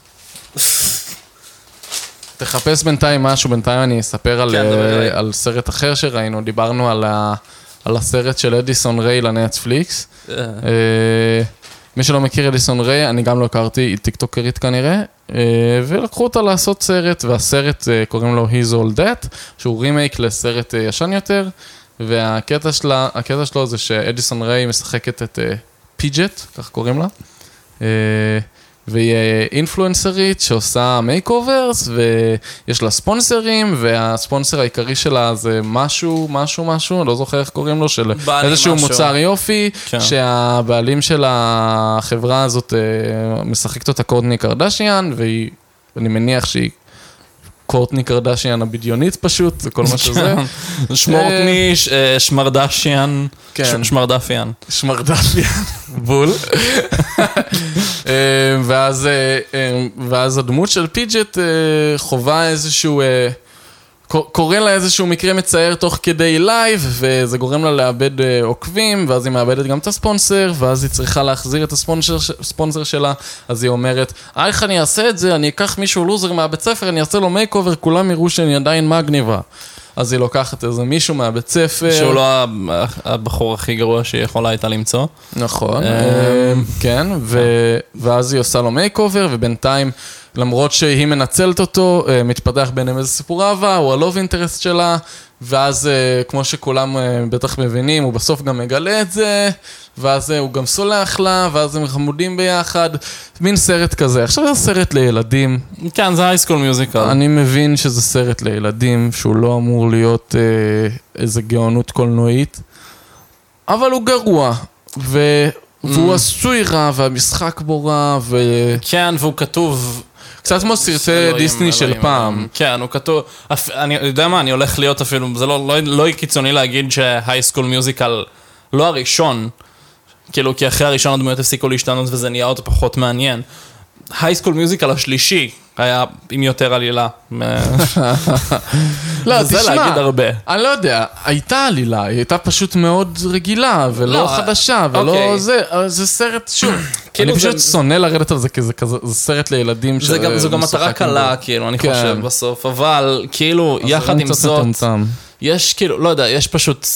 תחפש בינתיים משהו, בינתיים אני אספר על, כן, uh, על סרט אחר שראינו, דיברנו על, ה, על הסרט של אדיסון ריי לנטפליקס. Yeah. Uh, מי שלא מכיר אדיסון ריי, אני גם לא הכרתי, היא טיקטוקרית כנראה, uh, ולקחו אותה לעשות סרט, והסרט uh, קוראים לו He's All That, שהוא רימייק לסרט uh, ישן יותר, והקטע שלה, הקטע שלו זה שאדיסון ריי משחקת את uh, פיג'ט, כך קוראים לה. Uh, והיא אינפלואנסרית שעושה מייק-אוברס, ויש לה ספונסרים, והספונסר העיקרי שלה זה משהו, משהו, משהו, אני לא זוכר איך קוראים לו, של איזשהו משהו. מוצר יופי, כן. שהבעלים של החברה הזאת משחקת אותה קורטני קרדשיאן, והיא, אני מניח שהיא קורטני קרדשיאן הבדיונית פשוט, זה כל מה שזה. שמורטני, שמרדשיאן, שמרדפיאן. שמרדפיאן, בול. ואז, ואז הדמות של פיג'ט חובה איזשהו, קורא לה איזשהו מקרה מצער תוך כדי לייב, וזה גורם לה לאבד עוקבים, ואז היא מאבדת גם את הספונסר, ואז היא צריכה להחזיר את הספונסר שלה, אז היא אומרת, איך אני אעשה את זה, אני אקח מישהו לוזר מהבית ספר, אני אעשה לו מייק אובר, כולם יראו שאני עדיין מגניבה. אז היא לוקחת איזה מישהו מהבית ספר. שהוא לא הבחור הכי גרוע שהיא יכולה הייתה למצוא. נכון, כן, ואז היא עושה לו מייק-אובר, ובינתיים, למרות שהיא מנצלת אותו, מתפתח ביניהם איזה סיפור אהבה, הוא הלוב אינטרסט שלה, ואז כמו שכולם בטח מבינים, הוא בסוף גם מגלה את זה, ואז הוא גם סולח לה, ואז הם חמודים ביחד, מין סרט כזה. עכשיו זה סרט לילדים. כן, זה הייסקול מיוזיקל. אני מבין שזה סרט לילדים, שהוא לא אמור להיות אה, איזה גאונות קולנועית, אבל הוא גרוע, ו... והוא mm. עשוי רע, והמשחק בו רע, ו... כן, והוא כתוב... קצת כמו סרטי דיסני של פעם. כן, הוא כתוב... אני יודע מה, אני הולך להיות אפילו... זה לא, לא, לא קיצוני להגיד שהייסקול מיוזיקל לא הראשון, כאילו, כי אחרי הראשון הדמויות הפסיקו להשתנות וזה נהיה עוד פחות מעניין. הייסקול מיוזיקל השלישי היה עם יותר עלילה. לא, וזה תשמע, להגיד הרבה. אני לא יודע, הייתה עלילה, היא הייתה פשוט מאוד רגילה, ולא חדשה, ולא זה, זה סרט, שוב, אני פשוט שונא לרדת על זה, כי זה סרט לילדים. זו גם מטרה קלה, כאילו, אני חושב בסוף, אבל כאילו, יחד עם זאת, יש כאילו, לא יודע, יש פשוט...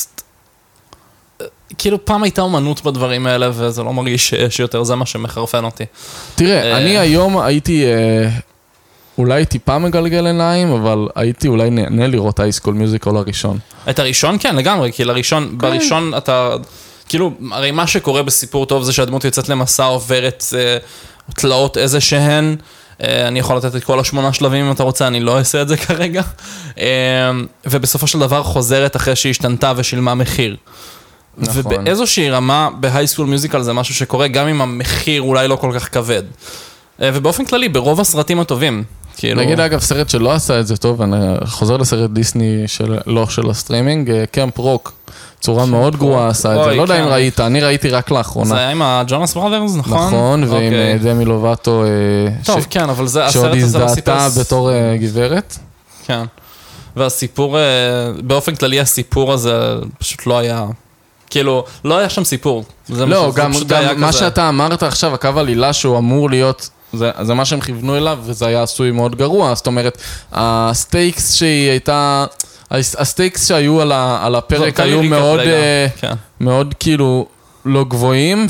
כאילו פעם הייתה אומנות בדברים האלה, וזה לא מרגיש שיש יותר, זה מה שמחרפן אותי. תראה, אני היום הייתי, אולי טיפה מגלגל עיניים, אבל הייתי אולי נהנה לראות הייסקול מיוזיקל הראשון. את הראשון? כן, לגמרי, כי לראשון, בראשון אתה, כאילו, הרי מה שקורה בסיפור טוב זה שהדמות יוצאת למסע, עוברת תלאות איזה שהן, אני יכול לתת את כל השמונה שלבים אם אתה רוצה, אני לא אעשה את זה כרגע, ובסופו של דבר חוזרת אחרי שהיא השתנתה ושילמה מחיר. נכון. ובאיזושהי רמה, בהייסקול מיוזיקל זה משהו שקורה, גם אם המחיר אולי לא כל כך כבד. ובאופן כללי, ברוב הסרטים הטובים. כאילו... נגיד אגב, סרט שלא עשה את זה טוב, אני חוזר לסרט דיסני של, לא של הסטרימינג, קמפ רוק, צורה מאוד גרועה עשה את זה, לא יודע אם ראית, אני ראיתי רק לאחרונה. זה היה עם הג'ונס בראדרס, נכון? נכון, ועם דמי לובטו, טוב, כן, אבל זה, שעוד הזדהתה בתור גברת. כן, והסיפור, באופן כללי הסיפור הזה פשוט לא היה... כאילו, לא היה שם סיפור. לא, גם, גם מה שאתה אמרת עכשיו, הקו עלילה שהוא אמור להיות, זה, זה מה שהם כיוונו אליו, וזה היה עשוי מאוד גרוע. זאת אומרת, הסטייקס שהיא הייתה, הסטייקס שהיו על, ה, על הפרק היו מאוד, כן. מאוד כאילו לא גבוהים,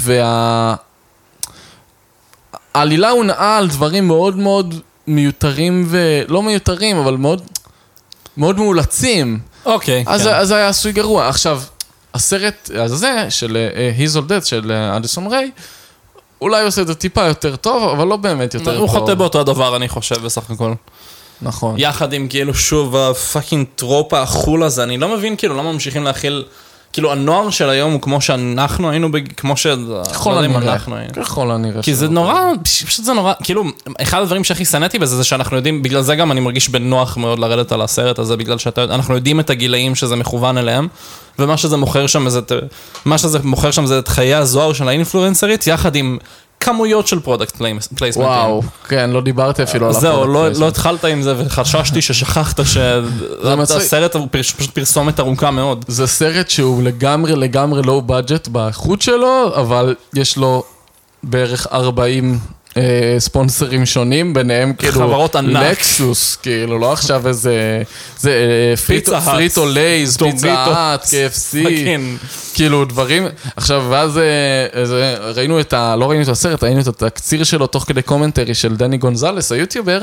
והעלילה הונעה על דברים מאוד מאוד מיותרים, ולא מיותרים, אבל מאוד, מאוד מאולצים. אוקיי, אז, כן. אז היה עשוי גרוע. עכשיו, הסרט הזה של He's All Dead של אדיסון ריי, אולי עושה את זה טיפה יותר טוב, אבל לא באמת יותר טוב. הוא חוטא באותו הדבר, אני חושב, בסך הכל. נכון. יחד עם כאילו שוב הפאקינג טרופ האחול הזה, אני לא מבין כאילו למה ממשיכים להכיל, כאילו הנוער של היום הוא כמו שאנחנו היינו, כמו ש... ככל הנראה. ככל הנראה. כי זה נורא, פשוט זה נורא, כאילו, אחד הדברים שהכי שנאתי בזה זה שאנחנו יודעים, בגלל זה גם אני מרגיש בנוח מאוד לרדת על הסרט הזה, בגלל שאנחנו יודעים את הגילאים שזה מכוון אליהם, ומה שזה מוכר שם זה, מה שזה מוכר שם זה את חיי הזוהר של האינפלואנסרית, יחד עם כמויות של פרודקט פלייסמנטים. וואו, כן, לא דיברתי אפילו על הפרודקט פלייסמנט. זהו, לא התחלת עם זה וחששתי ששכחת שהסרט פשוט פרסומת ארוכה מאוד. זה סרט שהוא לגמרי לגמרי לואו בדג'ט באיכות שלו, אבל יש לו בערך ארבעים ספונסרים שונים, ביניהם כאילו חברות ענק. לקסוס, כאילו, לא עכשיו איזה, זה פריטו לייז, פיצה האט, קי אף סי, כאילו דברים, עכשיו, ואז ראינו את ה, לא ראינו את הסרט, ראינו את התקציר שלו תוך כדי קומנטרי של דני גונזלס, היוטיובר,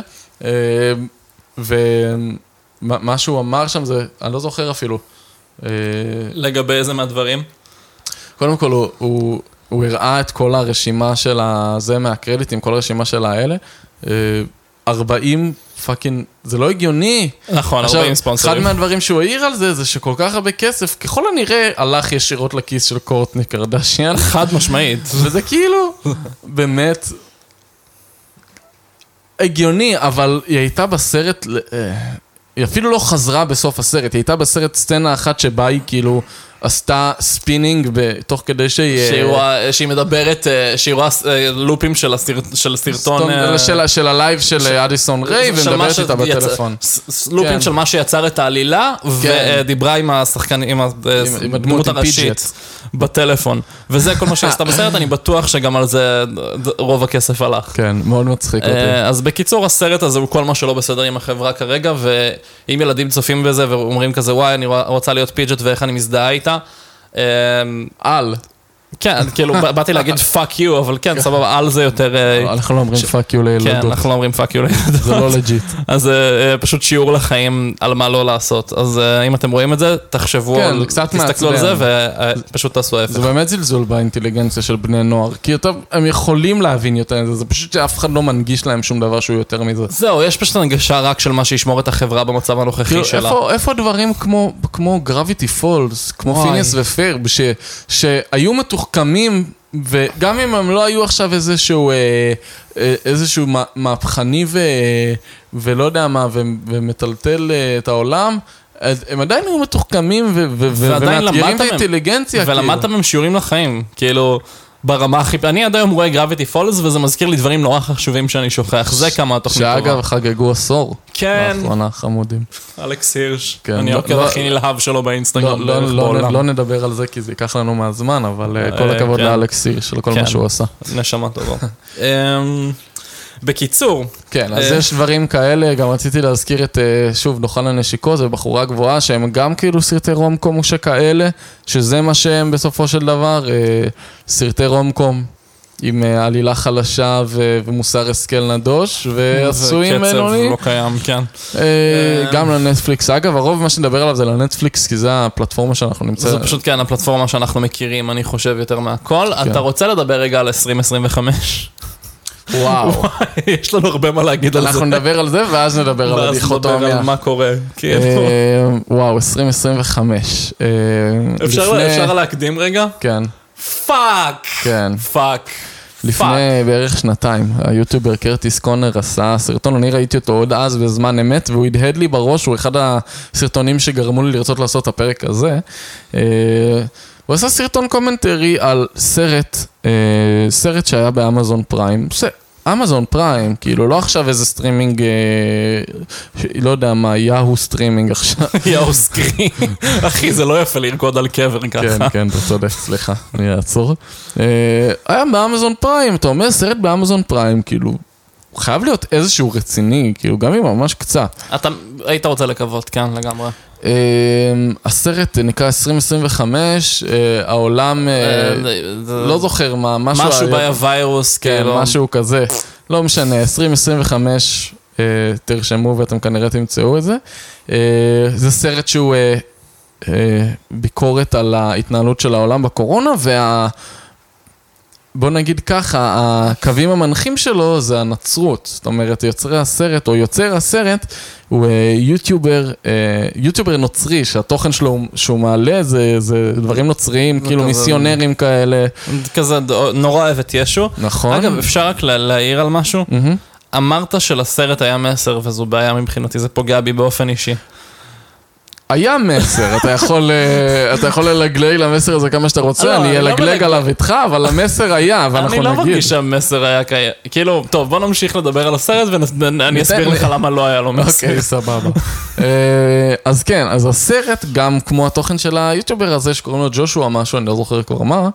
ומה שהוא אמר שם זה, אני לא זוכר אפילו. לגבי איזה מהדברים? קודם כל הוא, הוא הוא הראה את כל הרשימה של זה מהקרדיטים, כל הרשימה של האלה, ארבעים פאקינג, זה לא הגיוני. נכון, ארבעים ספונסרים. אחד מהדברים שהוא העיר על זה, זה שכל כך הרבה כסף, ככל הנראה הלך ישירות לכיס של קורטני קרדשיאן. חד משמעית. וזה כאילו, באמת, הגיוני, אבל היא הייתה בסרט, היא אפילו לא חזרה בסוף הסרט, היא הייתה בסרט סצנה אחת שבה היא כאילו עשתה ספינינג תוך כדי שהיא... שהיא מדברת, שהיא רואה לופים של סרטון... של הלייב של אדיסון ריי, ומדברת איתה בטלפון. לופים של מה שיצר את העלילה, ודיברה עם השחקן, עם הדמות הראשית בטלפון. וזה כל מה שעשתה בסרט, אני בטוח שגם על זה רוב הכסף הלך. כן, מאוד מצחיק אותי. אז בקיצור, הסרט הזה הוא כל מה שלא בסדר עם החברה כרגע, ואם ילדים צופים בזה ואומרים כזה, וואי, אני רוצה להיות פיג'ט ואיך אני מזדהה איתה, על. כן, כאילו, באתי להגיד fuck you, אבל כן, סבבה, על זה יותר... אנחנו לא אומרים fuck you לילדות. כן, אנחנו לא אומרים fuck you לילדות. זה לא לג'יט. אז פשוט שיעור לחיים על מה לא לעשות. אז אם אתם רואים את זה, תחשבו, תסתכלו על זה ופשוט תעשו ההפך. זה באמת זלזול באינטליגנציה של בני נוער, כי הם יכולים להבין יותר מזה, זה פשוט שאף אחד לא מנגיש להם שום דבר שהוא יותר מזה. זהו, יש פשוט הנגשה רק של מה שישמור את החברה במצב הנוכחי שלה. איפה דברים כמו Gravity Falls, כמו פיניאס ופרב, שהיו מתוחכמים, וגם אם הם לא היו עכשיו איזשהו, איזשהו מהפכני ו, ולא יודע מה, ומטלטל את העולם, הם עדיין היו מתוחכמים ומאתגרים את האינטליגנציה. ולמדת מהם שיעורים לחיים, כאילו... ברמה הכי... אני עד היום רואה גרביטי פולס, וזה מזכיר לי דברים נורא חשובים שאני שוכח. זה כמה התוכנית טובה. שאגב, חגגו עשור. כן. לאחרונה, חמודים. אלכס הירש. אני עוקב הכי נלהב שלו באינסטגרם. לא נדבר על זה, כי זה ייקח לנו מהזמן, אבל כל הכבוד לאלכס הירש, של כל מה שהוא עשה. נשמה טובה. בקיצור. כן, אז יש דברים כאלה, גם רציתי להזכיר את, שוב, נוכל הנשיקו, זה בחורה גבוהה, שהם גם כאילו סרטי רומקום שכאלה, שזה מה שהם בסופו של דבר, סרטי רומקום, עם עלילה חלשה ומוסר השכל נדוש, ועשויים בינוני. לא קיים, כן. גם לנטפליקס. אגב, הרוב מה שנדבר עליו זה לנטפליקס, כי זה הפלטפורמה שאנחנו נמצא... זה פשוט כן, הפלטפורמה שאנחנו מכירים, אני חושב יותר מהכל. אתה רוצה לדבר רגע על עשרים עשרים וחמש? וואו. יש לנו הרבה מה להגיד על זה. אנחנו נדבר על זה, ואז נדבר על הדיכוטומיה. ואז נדבר על מה קורה. וואו, עשרים עשרים וחמש. אפשר להקדים רגע? כן. פאק! כן. פאק. לפני בערך שנתיים, היוטיובר קרטיס קונר עשה סרטון, אני ראיתי אותו עוד אז בזמן אמת, והוא הדהד לי בראש, הוא אחד הסרטונים שגרמו לי לרצות לעשות את הפרק הזה. הוא עשה סרטון קומנטרי על סרט, סרט שהיה באמזון פריים, אמזון פריים, כאילו לא עכשיו איזה סטרימינג, לא יודע מה, יאהו סטרימינג עכשיו. יאהו סקרים. אחי, זה לא יפה לרקוד על קבר ככה. כן, כן, אתה צודק, סליחה, אני אעצור. היה באמזון פריים, אתה אומר סרט באמזון פריים, כאילו, הוא חייב להיות איזשהו רציני, כאילו, גם אם ממש קצת. אתה היית רוצה לקוות, כן, לגמרי. הסרט נקרא עשרים עשרים וחמש, העולם, לא זוכר מה, משהו בעיה ויירוס, כאילו. משהו כזה, לא משנה, עשרים עשרים וחמש, תרשמו ואתם כנראה תמצאו את זה. זה סרט שהוא ביקורת על ההתנהלות של העולם בקורונה, וה... בוא נגיד ככה, הקווים המנחים שלו זה הנצרות, זאת אומרת, יוצרי הסרט או יוצר הסרט הוא יוטיובר, יוטיובר נוצרי, שהתוכן שלו שהוא מעלה זה, זה דברים נוצריים, כאילו מיסיונרים כאלה. כזה נורא אוהב את ישו. נכון. אגב, אפשר רק להעיר על משהו? אמרת שלסרט היה מסר וזו בעיה מבחינתי, זה פוגע בי באופן אישי. היה מסר, אתה יכול, אתה יכול ללגלג למסר הזה כמה שאתה רוצה, אני אלגלג עליו איתך, אבל המסר היה, ואנחנו נגיד. אני לא מרגיש שהמסר היה קיים, כאילו, טוב, בוא נמשיך לדבר על הסרט, ואני אסביר לך למה לא היה לו מסר. אוקיי, סבבה. אז כן, אז הסרט, גם כמו התוכן של היוטיובר הזה, שקוראים לו ג'ושוע משהו, אני לא זוכר כבר מה,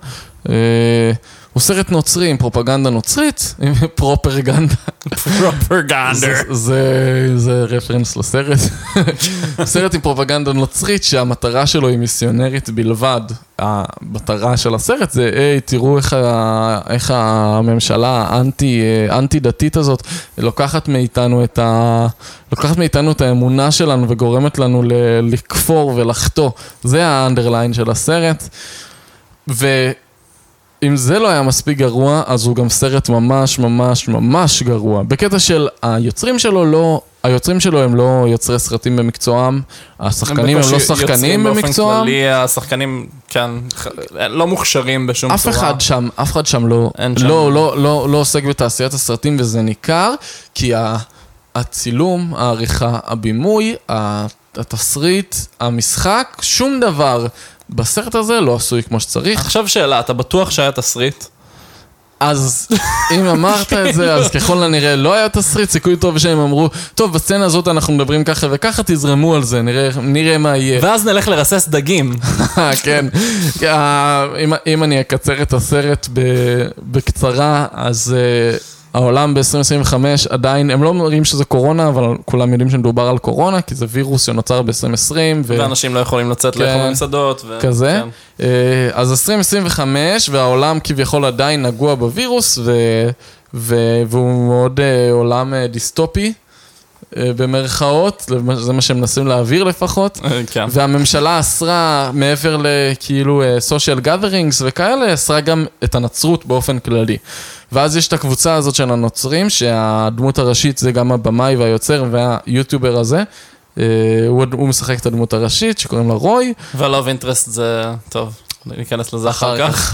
הוא סרט נוצרי עם פרופגנדה נוצרית, עם פרופרגנדה. פרופגנדה. זה רפרנס לסרט. סרט עם פרופגנדה נוצרית שהמטרה שלו היא מיסיונרית בלבד. המטרה של הסרט זה, היי, תראו איך הממשלה האנטי דתית הזאת לוקחת מאיתנו את ה... לוקחת מאיתנו את האמונה שלנו וגורמת לנו לכפור ולחטוא. זה האנדרליין של הסרט. ו... אם זה לא היה מספיק גרוע, אז הוא גם סרט ממש ממש ממש גרוע. בקטע של היוצרים שלו לא, היוצרים שלו הם לא יוצרי סרטים במקצועם, השחקנים הם לא שחקנים במקצועם. באופן כללי, השחקנים, כן, לא מוכשרים בשום אף צורה. אחד שם, אף אחד שם לא, לא, לא, לא, לא עוסק בתעשיית הסרטים, וזה ניכר, כי הצילום, העריכה, הבימוי, התסריט, המשחק, שום דבר בסרט הזה לא עשוי כמו שצריך. עכשיו שאלה, אתה בטוח שהיה תסריט? אז אם אמרת את זה, אז ככל הנראה לא היה תסריט, סיכוי טוב שהם אמרו, טוב, בסצנה הזאת אנחנו מדברים ככה וככה, תזרמו על זה, נראה, נראה מה יהיה. ואז נלך לרסס דגים. כן. אם, אם אני אקצר את הסרט בקצרה, אז uh, העולם ב-עשרים עשרים וחמש עדיין, הם לא אומרים שזה קורונה, אבל כולם יודעים שמדובר על קורונה, כי זה וירוס שנוצר ב-עשרים עשרים. ו... ואנשים לא יכולים לצאת כן, לאכול במסעדות. ו... כזה. כן. אז עשרים עשרים וחמש, והעולם כביכול עדיין נגוע בווירוס, ו... ו... והוא מאוד uh, עולם uh, דיסטופי, uh, במרכאות, זה מה שהם מנסים להעביר לפחות. כן. והממשלה אסרה, מעבר לכאילו social gatherings וכאלה, אסרה גם את הנצרות באופן כללי. ואז יש את הקבוצה הזאת של הנוצרים, שהדמות הראשית זה גם הבמאי והיוצר והיוטיובר הזה. הוא, הוא משחק את הדמות הראשית שקוראים לה רוי. והלוב אינטרסט זה, טוב, ניכנס לזה אחר כך.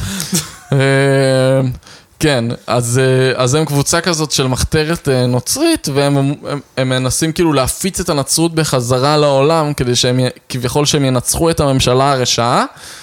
כן, אז, אז הם קבוצה כזאת של מחתרת נוצרית, והם הם, הם מנסים כאילו להפיץ את הנצרות בחזרה לעולם, כדי שהם, כביכול שהם ינצחו את הממשלה הרשעה.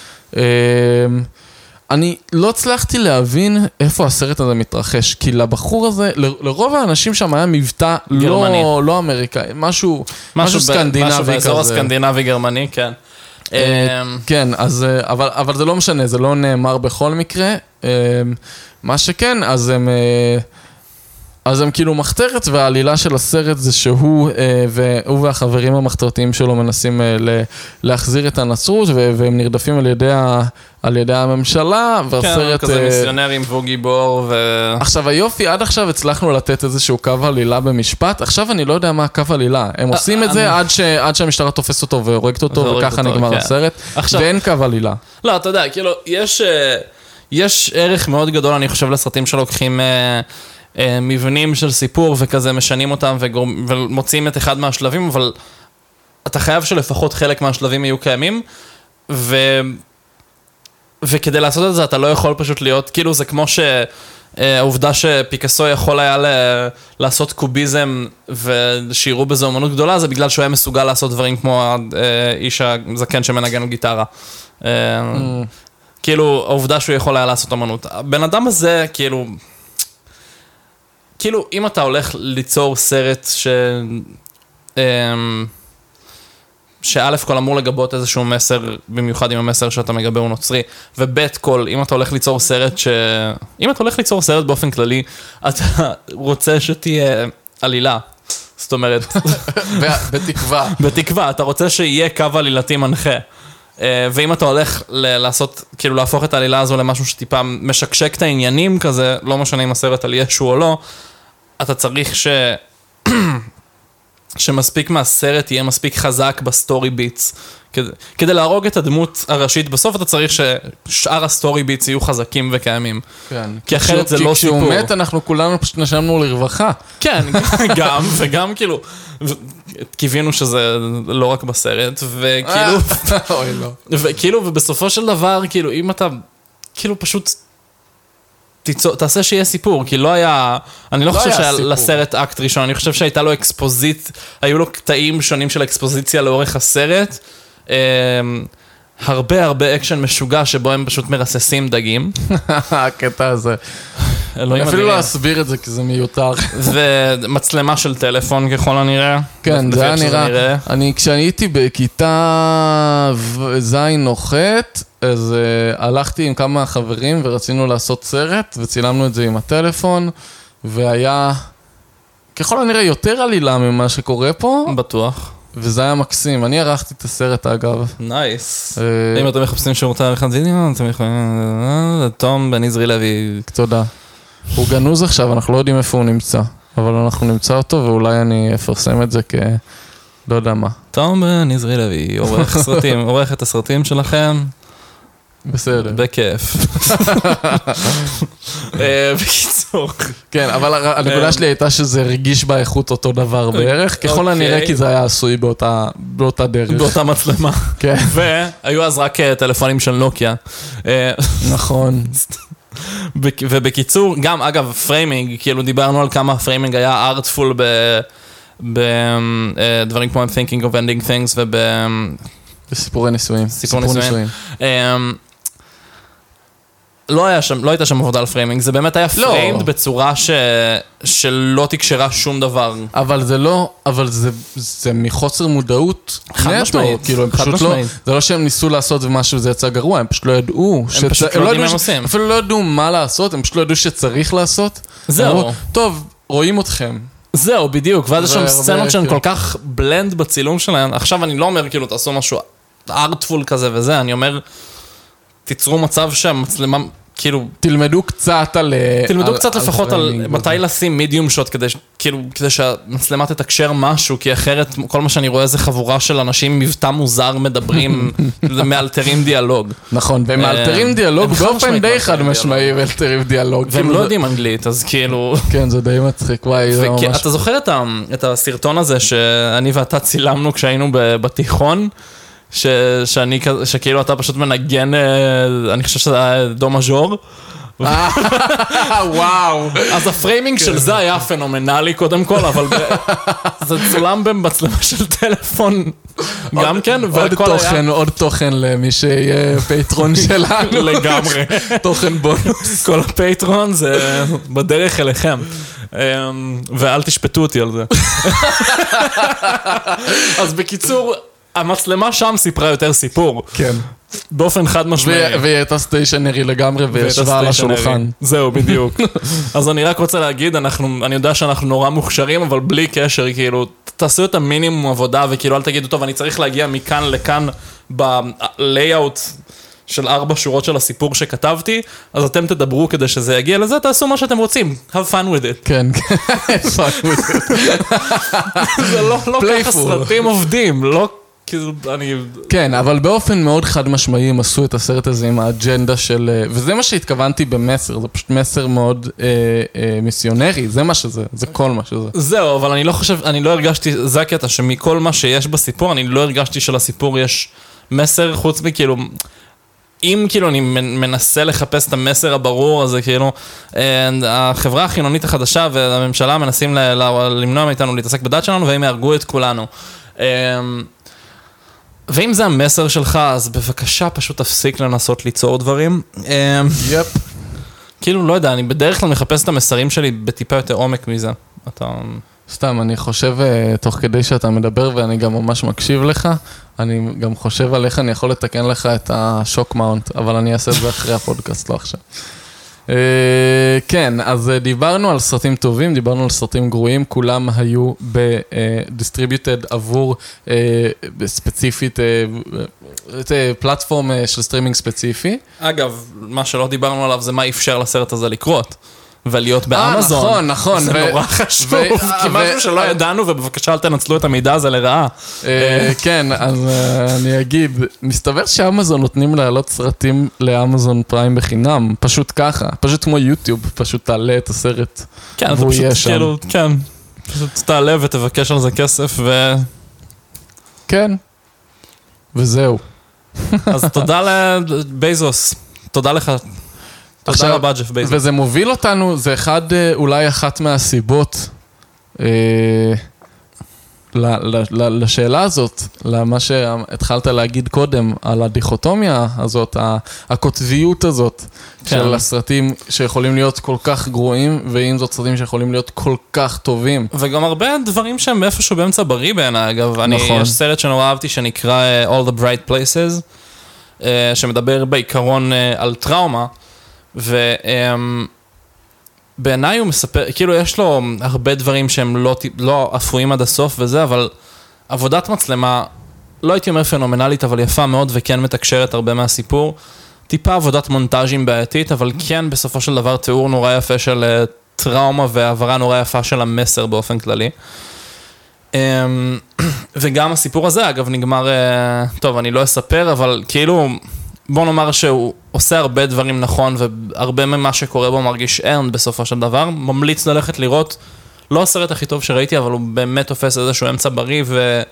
אני לא הצלחתי להבין איפה הסרט הזה מתרחש, כי לבחור הזה, לרוב האנשים שם היה מבטא לא, לא אמריקאי, משהו, משהו, משהו סקנדינבי כזה. משהו באזור הסקנדינבי גרמני, כן. כן, אז, אבל, אבל זה לא משנה, זה לא נאמר בכל מקרה. מה שכן, אז הם, אז הם כאילו מחתרת, והעלילה של הסרט זה שהוא, והוא והחברים המחתרתיים שלו מנסים להחזיר את הנצרות, והם נרדפים על ידי, על ידי הממשלה, והסרט... כן, כזה מיסיונרים והוא גיבור, ו... עכשיו, היופי, עד עכשיו הצלחנו לתת איזשהו קו עלילה במשפט, עכשיו אני לא יודע מה הקו עלילה. הם עושים את זה עד, ש... עד שהמשטרה תופס אותו והורגת אותו, וככה נגמר הסרט, ואין קו עלילה. לא, אתה יודע, כאילו, יש... יש ערך מאוד גדול, אני חושב, לסרטים שלוקחים אה, אה, מבנים של סיפור וכזה משנים אותם וגור... ומוצאים את אחד מהשלבים, אבל אתה חייב שלפחות חלק מהשלבים יהיו קיימים, ו... וכדי לעשות את זה אתה לא יכול פשוט להיות, כאילו זה כמו שהעובדה שפיקאסו יכול היה ל... לעשות קוביזם ושיראו בזה אומנות גדולה, זה בגלל שהוא היה מסוגל לעשות דברים כמו האיש הזקן שמנגן על גיטרה. Mm. כאילו, העובדה שהוא יכול היה לעשות אמנות. הבן אדם הזה, כאילו, כאילו, אם אתה הולך ליצור סרט ש... שא' כל אמור לגבות איזשהו מסר, במיוחד עם המסר שאתה מגבה הוא נוצרי, וב' כל, אם אתה הולך ליצור סרט ש... אם אתה הולך ליצור סרט באופן כללי, אתה רוצה שתהיה עלילה. זאת אומרת... בתקווה. בתקווה, אתה רוצה שיהיה קו עלילתי מנחה. ואם אתה הולך לעשות, כאילו להפוך את העלילה הזו למשהו שטיפה משקשק את העניינים כזה, לא משנה אם הסרט על ישו או לא, אתה צריך ש... שמספיק מהסרט יהיה מספיק חזק בסטורי ביטס. כדי, כדי להרוג את הדמות הראשית, בסוף אתה צריך ששאר הסטורי ביטס יהיו חזקים וקיימים. כן. כי אחרת זה לא סיפור. כי כשהוא מת, אנחנו כולנו פשוט נשמנו לרווחה. כן, גם, וגם כאילו, קיווינו שזה לא רק בסרט, וכאילו, אוי לא. וכאילו, ובסופו של דבר, כאילו, אם אתה, כאילו פשוט, תעשה שיהיה סיפור, כי לא היה, אני לא חושב שהיה לסרט אקט ראשון, אני חושב שהייתה לו אקספוזיט, היו לו קטעים שונים של אקספוזיציה לאורך הסרט, הרבה הרבה אקשן משוגע שבו הם פשוט מרססים דגים. הקטע הזה. אפילו לא אסביר את זה כי זה מיותר. ומצלמה של טלפון ככל הנראה. כן, זה היה נראה. אני כשאני הייתי בכיתה זין נוחת, אז הלכתי עם כמה חברים ורצינו לעשות סרט, וצילמנו את זה עם הטלפון, והיה ככל הנראה יותר עלילה ממה שקורה פה. בטוח. וזה היה מקסים. אני ערכתי את הסרט, אגב. נייס. אם אתם מחפשים שירותי עריכת וידאו, אתם יכולים... תום בן עזרי לוי. תודה. הוא גנוז עכשיו, אנחנו לא יודעים איפה הוא נמצא. אבל אנחנו נמצא אותו, ואולי אני אפרסם את זה כ... לא יודע מה. תום בן עזרי לוי, עורך סרטים, עורך את הסרטים שלכם. בסדר. בכיף. בקיצור. כן, אבל הנקודה שלי הייתה שזה רגיש באיכות אותו דבר בערך, ככל הנראה כי זה היה עשוי באותה דרך. באותה מצלמה. כן. והיו אז רק טלפונים של נוקיה. נכון. ובקיצור, גם אגב פריימינג, כאילו דיברנו על כמה פריימינג היה ארטפול בדברים כמו I'm thinking of ending things וב... סיפורי נישואים. סיפור נישואים. לא היה שם, לא הייתה שם עבודה על פריימינג, זה באמת היה פריימד בצורה ש... שלא תקשרה שום דבר. אבל זה לא, אבל זה, זה מחוסר מודעות נטו, כאילו הם פשוט לא, זה לא שהם ניסו לעשות ומשהו זה יצא גרוע, הם פשוט לא ידעו, הם פשוט לא יודעים מה הם עושים. אפילו לא ידעו מה לעשות, הם פשוט לא ידעו שצריך לעשות. זהו. טוב, רואים אתכם. זהו, בדיוק, ואז יש שם סצנות שהן כל כך בלנד בצילום שלהן, עכשיו אני לא אומר כאילו תעשו משהו ארטפול כזה וזה, אני אומר תיצרו מצב שהמצלמה, כאילו... תלמדו קצת על... תלמדו על, קצת על לפחות על מתי לשים מידיום שוט, כדי, כאילו, כדי שהמצלמה תתקשר משהו, כי אחרת כל מה שאני רואה זה חבורה של אנשים עם מבטא מוזר מדברים, מאלתרים דיאלוג. נכון, והם מאלתרים דיאלוג באופן די חד משמעי, מאלתרים דיאלוג. והם לא יודעים אנגלית, אז כאילו... כן, זה די מצחיק, וואי, זה ממש... אתה זוכר את הסרטון הזה שאני ואתה צילמנו כשהיינו בתיכון? ש, שאני, שכאילו אתה פשוט מנגן, אני חושב שזה היה דו מז'ור. וואו. אז הפריימינג של זה היה פנומנלי קודם כל, אבל זה צולם במצלמה של טלפון גם כן. עוד תוכן, עוד תוכן למי שיהיה פייטרון שלנו. לגמרי. תוכן בונוס. כל הפייטרון זה בדרך אליכם. ואל תשפטו אותי על זה. אז בקיצור... המצלמה שם סיפרה יותר סיפור. כן. באופן חד משמעי. והיא הייתה סטיישנרי לגמרי, וישבה על השולחן. זהו, בדיוק. אז אני רק רוצה להגיד, אני יודע שאנחנו נורא מוכשרים, אבל בלי קשר, כאילו, תעשו את המינימום עבודה, וכאילו, אל תגידו, טוב, אני צריך להגיע מכאן לכאן, בלייאוט של ארבע שורות של הסיפור שכתבתי, אז אתם תדברו כדי שזה יגיע לזה, תעשו מה שאתם רוצים. Have fun with it. כן, have fun with it. זה לא ככה סרטים עובדים, לא... כן, אבל באופן מאוד חד משמעי הם עשו את הסרט הזה עם האג'נדה של... וזה מה שהתכוונתי במסר, זה פשוט מסר מאוד אה, אה, מיסיונרי, זה מה שזה, זה כל מה שזה. זהו, אבל אני לא חושב, אני לא הרגשתי, זה הקטע, שמכל מה שיש בסיפור, אני לא הרגשתי שלסיפור יש מסר חוץ מכאילו... אם כאילו אני מנסה לחפש את המסר הברור הזה, כאילו, החברה החילונית החדשה והממשלה מנסים למנוע מאיתנו להתעסק בדת שלנו, והם יהרגו את כולנו. ואם זה המסר שלך, אז בבקשה פשוט תפסיק לנסות ליצור דברים. יפ. כאילו, לא יודע, אני בדרך כלל מחפש את המסרים שלי בטיפה יותר עומק מזה. אתה... סתם, אני חושב, תוך כדי שאתה מדבר, ואני גם ממש מקשיב לך, אני גם חושב על איך אני יכול לתקן לך את השוק מאונט, אבל אני אעשה את זה אחרי הפודקאסט, לא עכשיו. כן, אז דיברנו על סרטים טובים, דיברנו על סרטים גרועים, כולם היו בדיסטריביוטד עבור ספציפית, פלטפורם של סטרימינג ספציפי. אגב, מה שלא דיברנו עליו זה מה אפשר לסרט הזה לקרות. ולהיות באמזון. נכון, נכון. זה נורא חשוב, כי משהו שלא ידענו, ובבקשה אל תנצלו את המידע הזה לרעה. כן, אז אני אגיד, מסתבר שאמזון נותנים להעלות סרטים לאמזון פריים בחינם, פשוט ככה, פשוט כמו יוטיוב, פשוט תעלה את הסרט. כן, אתה פשוט כאילו, כן, פשוט תעלה ותבקש על זה כסף, ו... כן, וזהו. אז תודה לבייזוס, תודה לך. תודה רבה, ג'ף בייזוס. וזה מוביל אותנו, זה אחד, אולי אחת מהסיבות אה, ל, ל, ל, לשאלה הזאת, למה שהתחלת להגיד קודם, על הדיכוטומיה הזאת, הכותביות הזאת, כן. של הסרטים שיכולים להיות כל כך גרועים, ועם זאת סרטים שיכולים להיות כל כך טובים. וגם הרבה דברים שהם איפשהו באמצע בריא בעיניי, אגב. אני, נכון. יש סרט שנורא אהבתי שנקרא All the Bright Places, אה, שמדבר בעיקרון אה, על טראומה, ובעיניי הוא מספר, כאילו יש לו הרבה דברים שהם לא, לא אפויים עד הסוף וזה, אבל עבודת מצלמה, לא הייתי אומר פנומנלית, אבל יפה מאוד וכן מתקשרת הרבה מהסיפור. טיפה עבודת מונטאז'ים בעייתית, אבל כן בסופו של דבר תיאור נורא יפה של טראומה והעברה נורא יפה של המסר באופן כללי. וגם הסיפור הזה, אגב, נגמר, טוב, אני לא אספר, אבל כאילו... בוא נאמר שהוא עושה הרבה דברים נכון, והרבה ממה שקורה בו מרגיש ארנד בסופו של דבר. ממליץ ללכת לראות, לא הסרט הכי טוב שראיתי, אבל הוא באמת תופס איזשהו אמצע בריא,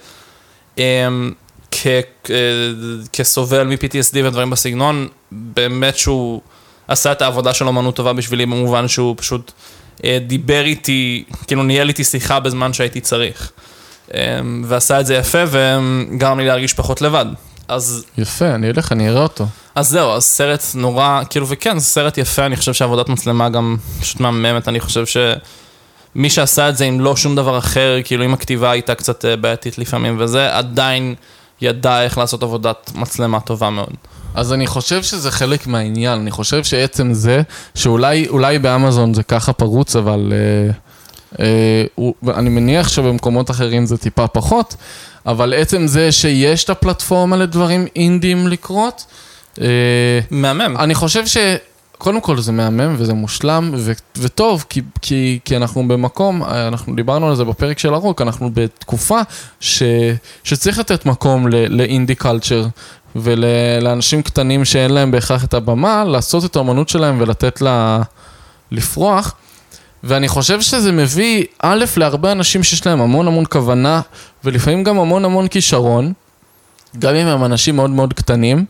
וכסובל מ-פי טי אס די ודברים בסגנון, באמת שהוא עשה את העבודה של אומנות טובה בשבילי, במובן שהוא פשוט דיבר איתי, כאילו ניהל איתי שיחה בזמן שהייתי צריך. ועשה את זה יפה, וגרם לי להרגיש פחות לבד. אז... יפה, אני אלך, אני אראה אותו. אז זהו, אז סרט נורא, כאילו, וכן, זה סרט יפה, אני חושב שעבודת מצלמה גם פשוט מהממת, אני חושב שמי שעשה את זה עם לא שום דבר אחר, כאילו, אם הכתיבה הייתה קצת בעייתית לפעמים, וזה עדיין ידע איך לעשות עבודת מצלמה טובה מאוד. אז אני חושב שזה חלק מהעניין, אני חושב שעצם זה, שאולי אולי באמזון זה ככה פרוץ, אבל אה, אה, אני מניח שבמקומות אחרים זה טיפה פחות, אבל עצם זה שיש את הפלטפורמה לדברים אינדיים לקרות, אה, מהמם. אני חושב שקודם כל זה מהמם וזה מושלם ו- וטוב, כי, כי, כי אנחנו במקום, אנחנו דיברנו על זה בפרק של הרוק, אנחנו בתקופה ש, שצריך לתת מקום ל- לאינדי קלצ'ר, ולאנשים קטנים שאין להם בהכרח את הבמה, לעשות את האמנות שלהם ולתת לה לפרוח. ואני חושב שזה מביא, א', להרבה אנשים שיש להם המון המון כוונה, ולפעמים גם המון המון כישרון, גם אם הם אנשים מאוד מאוד קטנים,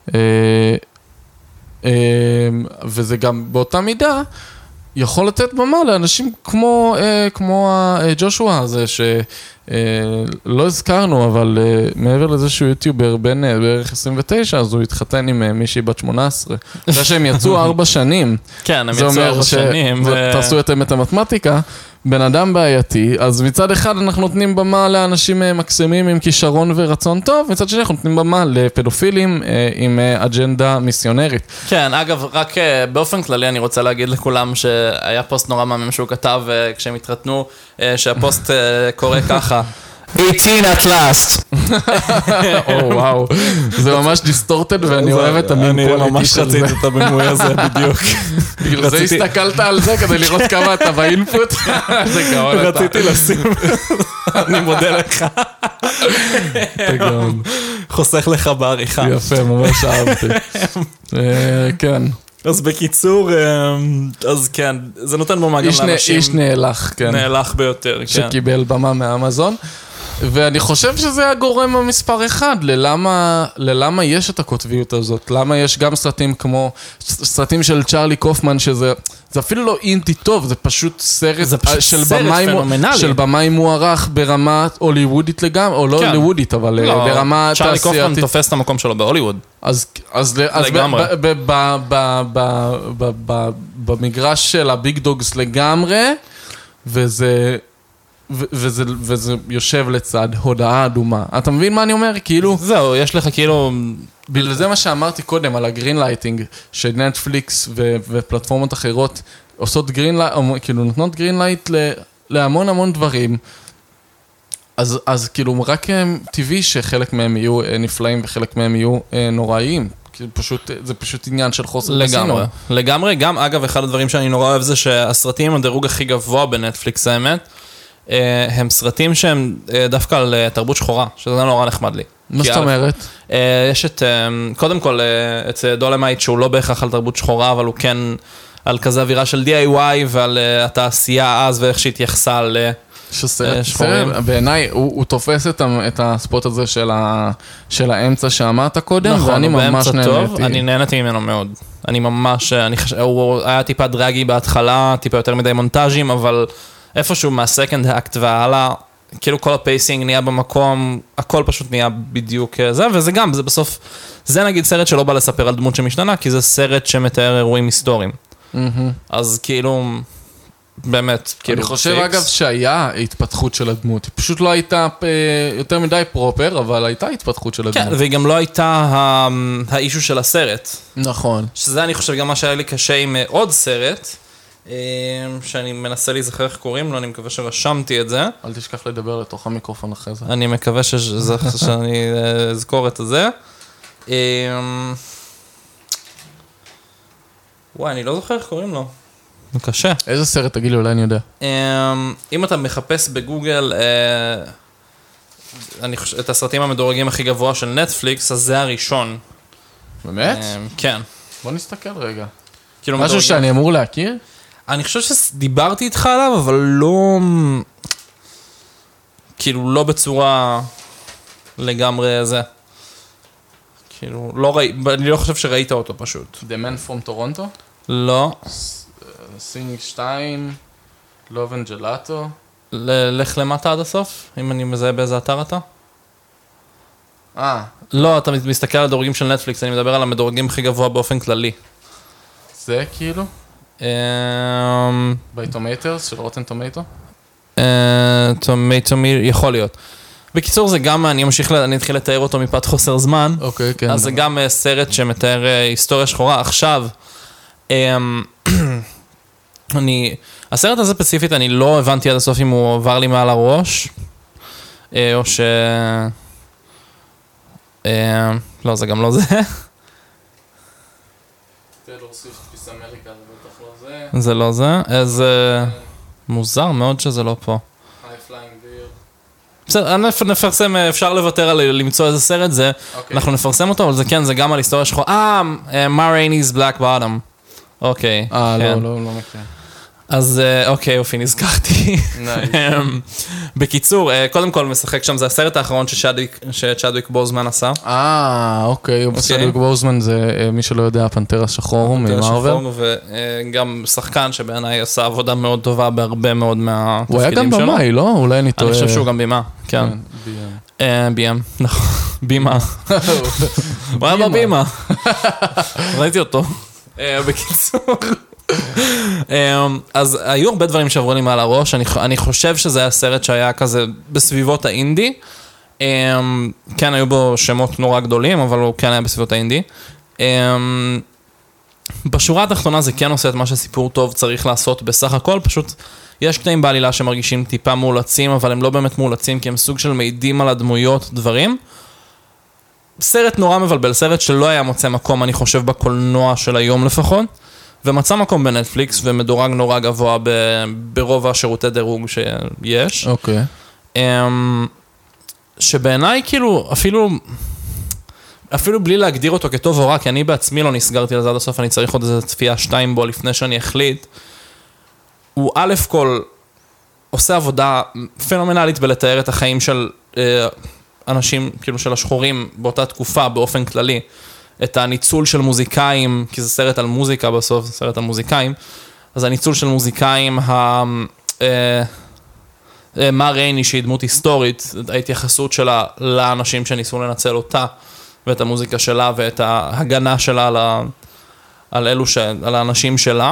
וזה גם באותה מידה, יכול לתת במה לאנשים כמו, כמו ג'ושוע הזה, שלא הזכרנו, אבל מעבר לזה שהוא יוטיובר בן בערך עשרים ותשע, אז הוא התחתן עם מישהי בת שמונה עשרה. אחרי שהם יצאו ארבע שנים. כן, הם יצאו ארבע שנים. תעשו אתם את המתמטיקה. בן אדם בעייתי, אז מצד אחד אנחנו נותנים במה לאנשים מקסימים עם כישרון ורצון טוב, מצד שני אנחנו נותנים במה לפדופילים עם אג'נדה מיסיונרית. כן, אגב, רק באופן כללי אני רוצה להגיד לכולם שהיה פוסט נורא מהמם שהוא כתב כשהם התחתנו, שהפוסט קורא ככה, eighteen at last. או וואו, זה ממש דיסטורטד ואני אוהב את המין פוליטי של זה. אני ממש רציתי את המינוי הזה בדיוק. בגלל זה הסתכלת על זה כדי לראות כמה אתה באינפוט. זה גאון אתה. רציתי לשים, אני מודה לך. אתה גאון. חוסך לך בעריכה. יפה, ממש אהבתי. כן. אז בקיצור, אז כן, זה נותן במה גם לאנשים. איש נאלח, כן. נאלח ביותר, כן. שקיבל במה מאמזון. ואני חושב שזה הגורם המספר אחד, ללמה, ללמה יש את הכותביות הזאת, למה יש גם סרטים כמו, סרטים של צ'רלי קופמן, שזה זה אפילו לא אינטי טוב, זה פשוט סרט, זה פשוט של סרט במאי, פנומנלי. של במאי מוערך ברמה הוליוודית לגמרי, או לא כן. הוליוודית, אבל לא, ברמה צ'רלי תעשייתית. קופמן תופס את המקום שלו בהוליווד. אז, אז, אז לגמרי. ב, ב, ב, ב, ב, ב, ב, במגרש של הביג דוגס לגמרי, וזה... ו- וזה, וזה יושב לצד הודעה אדומה. אתה מבין מה אני אומר? כאילו... זהו, יש לך כאילו... בגלל זה מה שאמרתי קודם על הגרין לייטינג, שנטפליקס ו- ופלטפורמות אחרות עושות גרין לייט, כאילו נותנות גרין לייט ל- להמון המון דברים. אז, אז כאילו רק טבעי שחלק מהם יהיו נפלאים וחלק מהם יהיו נוראיים. פשוט, זה פשוט עניין של חוסר לגמרי, קסינו. לגמרי. גם, אגב, אחד הדברים שאני נורא אוהב זה שהסרטים עם הדירוג הכי גבוה בנטפליקס, האמת, הם סרטים שהם דווקא על תרבות שחורה, שזה נורא נחמד לי. מה זאת אומרת? יש את, קודם כל, את דולמייט, שהוא לא בהכרח על תרבות שחורה, אבל הוא כן על כזה אווירה של די איי וואי, ועל התעשייה אז, ואיך שהתייחסה על שחורים. בעיניי, הוא תופס את הספוט הזה של האמצע שאמרת קודם, ואני ממש נהניתי. אני נהניתי ממנו מאוד. אני ממש, הוא היה טיפה דרגי בהתחלה, טיפה יותר מדי מונטאז'ים, אבל... איפשהו מהסקנד האקט והעלה, כאילו כל הפייסינג נהיה במקום, הכל פשוט נהיה בדיוק זה, וזה גם, זה בסוף, זה נגיד סרט שלא בא לספר על דמות שמשתנה, כי זה סרט שמתאר אירועים היסטוריים. אז כאילו, באמת, כאילו... אני חושב אגב שהיה התפתחות של הדמות, היא פשוט לא הייתה יותר מדי פרופר, אבל הייתה התפתחות של הדמות. כן, והיא גם לא הייתה האישו של הסרט. נכון. שזה אני חושב גם מה שהיה לי קשה עם עוד סרט, שאני מנסה להיזכר איך קוראים לו, אני מקווה שרשמתי את זה. אל תשכח לדבר לתוך המיקרופון אחרי זה. אני מקווה שאני אזכור את זה. וואי, אני לא זוכר איך קוראים לו. זה קשה. איזה סרט, תגיד לי, אולי אני יודע. אם אתה מחפש בגוגל את הסרטים המדורגים הכי גבוה של נטפליקס, אז זה הראשון. באמת? כן. בוא נסתכל רגע. משהו שאני אמור להכיר? אני חושב שדיברתי איתך עליו, אבל לא... כאילו, לא בצורה לגמרי זה. כאילו, לא ראי... אני לא חושב שראית אותו פשוט. The Man from Toronto? לא. סינג שתיים, Love and Gelato. לך למטה עד הסוף, אם אני מזהה באיזה אתר אתה. אה. לא, אתה מסתכל על הדורגים של נטפליקס, אני מדבר על המדורגים הכי גבוה באופן כללי. זה כאילו? בטומטרס של רוטן טומטו? טומטו מיר, יכול להיות. בקיצור זה גם, אני אמשיך, אני אתחיל לתאר אותו מפאת חוסר זמן. אוקיי, כן. אז זה גם סרט שמתאר היסטוריה שחורה. עכשיו, אני, הסרט הזה ספציפית, אני לא הבנתי עד הסוף אם הוא עבר לי מעל הראש, או ש... לא, זה גם לא זה. טיילור סוויפט פיס אמריקה, זה בטח לא זה. זה לא זה, אז מוזר מאוד שזה לא פה. היי פליינג ויר. בסדר, נפרסם, אפשר לוותר על למצוא איזה סרט זה, אנחנו נפרסם אותו, אבל זה כן, זה גם על היסטוריה שחורה. אה, מה רייני's Black Bottom. אוקיי. אה, לא, לא, לא מכיר. אז אוקיי, אופי, נזכרתי. בקיצור, קודם כל משחק שם, זה הסרט האחרון שצ'אדוויק בוזמן עשה. אה, אוקיי, צ'אדוויק בוזמן זה מי שלא יודע, הפנתר השחור ממרוול. וגם שחקן שבעיניי עשה עבודה מאוד טובה בהרבה מאוד מהתפקידים שלו. הוא היה גם במאי, לא? אולי אני טועה. אני חושב שהוא גם בימה, כן. בי אם, נכון, בימה. הוא היה בבימה. ראיתי אותו. בקיצור. אז היו הרבה דברים שעברו לי מעל הראש, אני, אני חושב שזה היה סרט שהיה כזה בסביבות האינדי, כן היו בו שמות נורא גדולים, אבל הוא כן היה בסביבות האינדי. בשורה התחתונה זה כן עושה את מה שסיפור טוב צריך לעשות בסך הכל, פשוט יש קטעים בעלילה שמרגישים טיפה מאולצים, אבל הם לא באמת מאולצים, כי הם סוג של מידעים על הדמויות, דברים. סרט נורא מבלבל, סרט שלא היה מוצא מקום, אני חושב, בקולנוע של היום לפחות, ומצא מקום בנטפליקס, ומדורג נורא גבוה ב- ברוב השירותי דירוג שיש. אוקיי. Okay. שבעיניי, כאילו, אפילו, אפילו בלי להגדיר אותו כטוב או רע, כי אני בעצמי לא נסגרתי לזה עד הסוף, אני צריך עוד איזה צפייה שתיים בו לפני שאני אחליט. הוא א' כל עושה עבודה פנומנלית בלתאר את החיים של אה, אנשים, כאילו של השחורים באותה תקופה, באופן כללי. את הניצול של מוזיקאים, כי זה סרט על מוזיקה בסוף, זה סרט על מוזיקאים, אז הניצול של מוזיקאים, ה... מה רייני שהיא דמות היסטורית, ההתייחסות שלה לאנשים שניסו לנצל אותה, ואת המוזיקה שלה, ואת ההגנה שלה על, ה... על אלו ש... על האנשים שלה.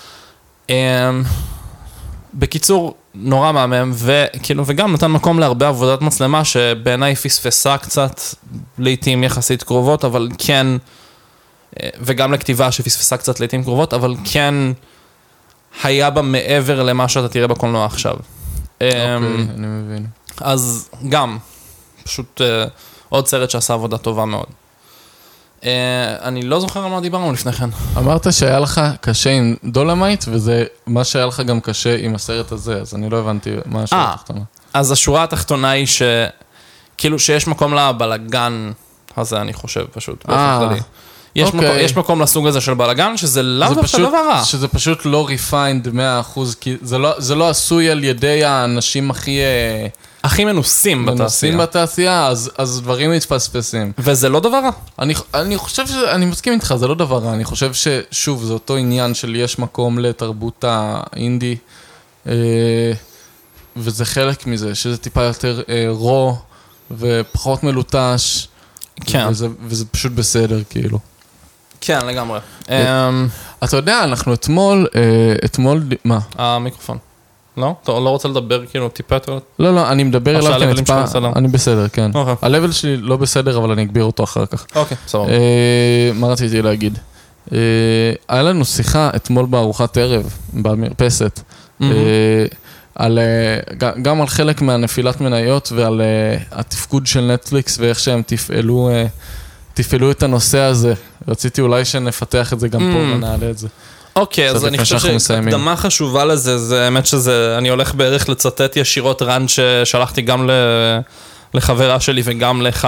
בקיצור, נורא מהמם, וכאילו, וגם נתן מקום להרבה עבודת מצלמה, שבעיניי פספסה קצת, לעתים יחסית קרובות, אבל כן, וגם לכתיבה שפספסה קצת לעתים קרובות, אבל כן היה בה מעבר למה שאתה תראה בקולנוע עכשיו. אוקיי, אני מבין. אז גם, פשוט עוד סרט שעשה עבודה טובה מאוד. אני לא זוכר על מה דיברנו לפני כן. אמרת שהיה לך קשה עם דולמייט, וזה מה שהיה לך גם קשה עם הסרט הזה, אז אני לא הבנתי מה השורה התחתונה. אז השורה התחתונה היא ש... כאילו שיש מקום לבלגן הזה, אני חושב, פשוט, באופן כללי. יש, okay. מקום, יש מקום לסוג הזה של בלגן, שזה לאו דווקא דבר רע. שזה פשוט לא refined מאה אחוז, כי זה לא, זה לא עשוי על ידי האנשים הכי... הכי מנוסים בתעשייה. מנוסים בתעשייה, אז, אז דברים מתפספסים. וזה לא דבר רע. אני, אני חושב ש... אני מסכים איתך, זה לא דבר רע. אני חושב ששוב, זה אותו עניין של יש מקום לתרבות האינדי, אה, וזה חלק מזה, שזה טיפה יותר אה, רו, ופחות מלוטש, כן. וזה, וזה פשוט בסדר, כאילו. כן, לגמרי. אתה יודע, אנחנו אתמול, אתמול, מה? המיקרופון. לא? אתה לא רוצה לדבר כאילו טיפה יותר? לא, לא, אני מדבר אליו כנצפה, אני בסדר, כן. אוקיי. הלבל שלי לא בסדר, אבל אני אגביר אותו אחר כך. אוקיי, סבבה. מה רציתי להגיד? היה לנו שיחה אתמול בארוחת ערב, במרפסת, על, גם על חלק מהנפילת מניות ועל התפקוד של נטפליקס ואיך שהם תפעלו, תפעלו את הנושא הזה. רציתי אולי שנפתח את זה גם פה ונעלה את זה. אוקיי, אז אני חושב שהקדמה חשובה לזה, זה האמת שזה, אני הולך בערך לצטט ישירות רן ששלחתי גם לחברה שלי וגם לך,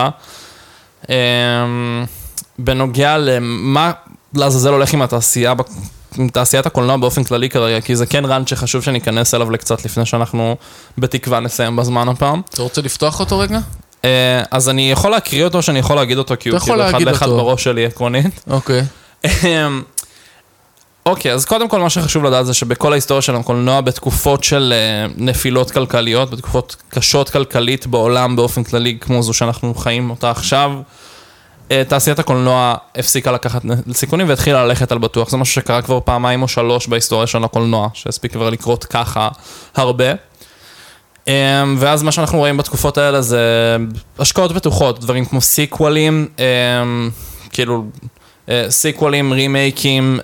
בנוגע למה, לעזאזל הולך עם התעשייה, עם תעשיית הקולנוע באופן כללי כרגע, כי זה כן רן שחשוב שניכנס אליו לקצת לפני שאנחנו בתקווה נסיים בזמן הפעם. אתה רוצה לפתוח אותו רגע? אז אני יכול להקריא אותו, שאני יכול להגיד אותו, כי הוא כאילו אחד לאחד בראש שלי עקרונית. אוקיי. אוקיי, אז קודם כל מה שחשוב לדעת זה שבכל ההיסטוריה של הקולנוע, בתקופות של נפילות כלכליות, בתקופות קשות כלכלית בעולם באופן כללי, כמו זו שאנחנו חיים אותה עכשיו, תעשיית הקולנוע הפסיקה לקחת סיכונים והתחילה ללכת על בטוח. זה משהו שקרה כבר פעמיים או שלוש בהיסטוריה של הקולנוע, שהספיק כבר לקרות ככה הרבה. ואז מה שאנחנו רואים בתקופות האלה זה השקעות בטוחות, דברים כמו סיקוולים, כאילו סיקוולים, רימייקים,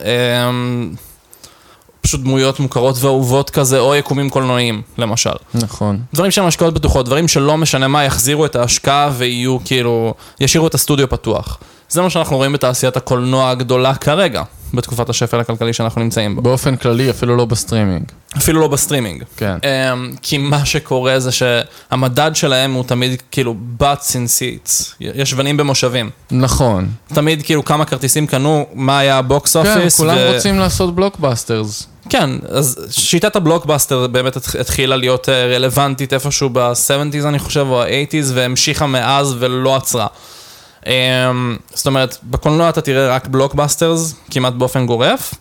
פשוט דמויות מוכרות ואהובות כזה, או יקומים קולנועיים, למשל. נכון. דברים שהם השקעות בטוחות, דברים שלא משנה מה, יחזירו את ההשקעה ויהיו כאילו, ישאירו את הסטודיו פתוח. זה מה שאנחנו רואים בתעשיית הקולנוע הגדולה כרגע, בתקופת השפל הכלכלי שאנחנו נמצאים בו. באופן כללי, אפילו לא בסטרימינג. אפילו לא בסטרימינג. כן. כי מה שקורה זה שהמדד שלהם הוא תמיד כאילו butts in seats, ישבנים במושבים. נכון. תמיד כאילו כמה כרטיסים קנו, מה היה הבוקס אופיס. כן, כולם ו... רוצים לעשות בלוקבאסטרס. כן, אז שיטת הבלוקבאסטר באמת התחילה להיות רלוונטית איפשהו ב-שבעים אני חושב, או ה-שמונים והמשיכה מאז ולא עצרה. זאת אומרת, בקולנוע אתה תראה רק בלוקבאסטרס, כמעט באופן גורף,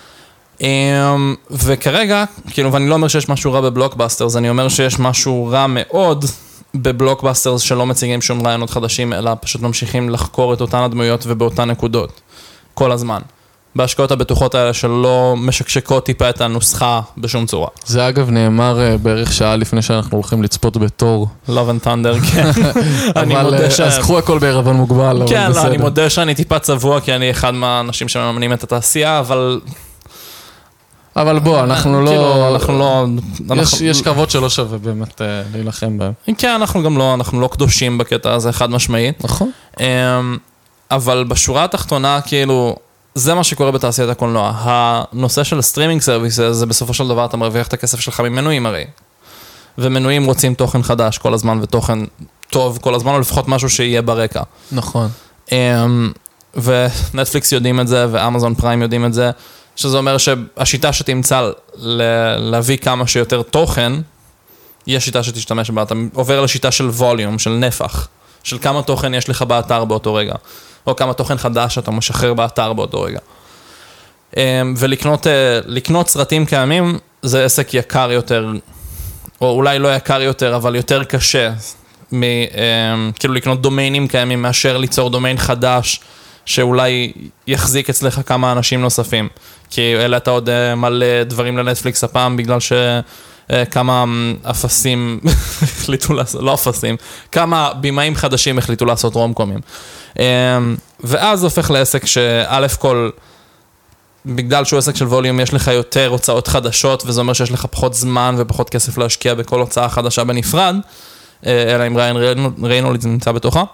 וכרגע, כאילו, ואני לא אומר שיש משהו רע בבלוקבאסטרס, אני אומר שיש משהו רע מאוד בבלוקבאסטרס שלא מציגים שום רעיונות חדשים, אלא פשוט ממשיכים לחקור את אותן הדמויות ובאותן נקודות, כל הזמן. בהשקעות הבטוחות האלה שלא משקשקות טיפה את הנוסחה בשום צורה. זה אגב נאמר בערך שעה לפני שאנחנו הולכים לצפות בתור. Love and Thunder, כן. אבל אז קחו הכל בערבון מוגבל. כן, לא, אני מודה שאני טיפה צבוע, כי אני אחד מהאנשים שמממנים את התעשייה, אבל... אבל בוא, אנחנו לא... כאילו, אנחנו לא... יש קרבות שלא שווה באמת להילחם בהם. כן, אנחנו גם לא, אנחנו לא קדושים בקטע הזה, חד משמעית. נכון. אבל בשורה התחתונה, כאילו... זה מה שקורה בתעשיית הקולנוע. הנושא של סטרימינג סרוויס, זה בסופו של דבר אתה מרוויח את הכסף שלך ממנויים הרי. ומנויים רוצים תוכן חדש כל הזמן, ותוכן טוב כל הזמן, או לפחות משהו שיהיה ברקע. נכון. ונטפליקס יודעים את זה, ואמזון פריים יודעים את זה, שזה אומר שהשיטה שתמצא להביא כמה שיותר תוכן, היא השיטה שתשתמש בה. אתה עובר לשיטה של ווליום, של נפח, של כמה תוכן יש לך באתר באותו רגע. או כמה תוכן חדש אתה משחרר באתר באותו רגע. ולקנות לקנות סרטים קיימים, זה עסק יקר יותר, או אולי לא יקר יותר, אבל יותר קשה, מ, כאילו לקנות דומיינים קיימים, מאשר ליצור דומיין חדש, שאולי יחזיק אצלך כמה אנשים נוספים. כי אלה אתה עוד מלא דברים לנטפליקס הפעם, בגלל ש... כמה אפסים החליטו לעשות, לא אפסים, כמה בימאים חדשים החליטו לעשות רומקומים. ואז זה הופך לעסק שא' כל, בגלל שהוא עסק של ווליום, יש לך יותר הוצאות חדשות, וזה אומר שיש לך פחות זמן ופחות כסף להשקיע בכל הוצאה חדשה בנפרד, אלא אם ריין ריינולדס נמצא בתוכה.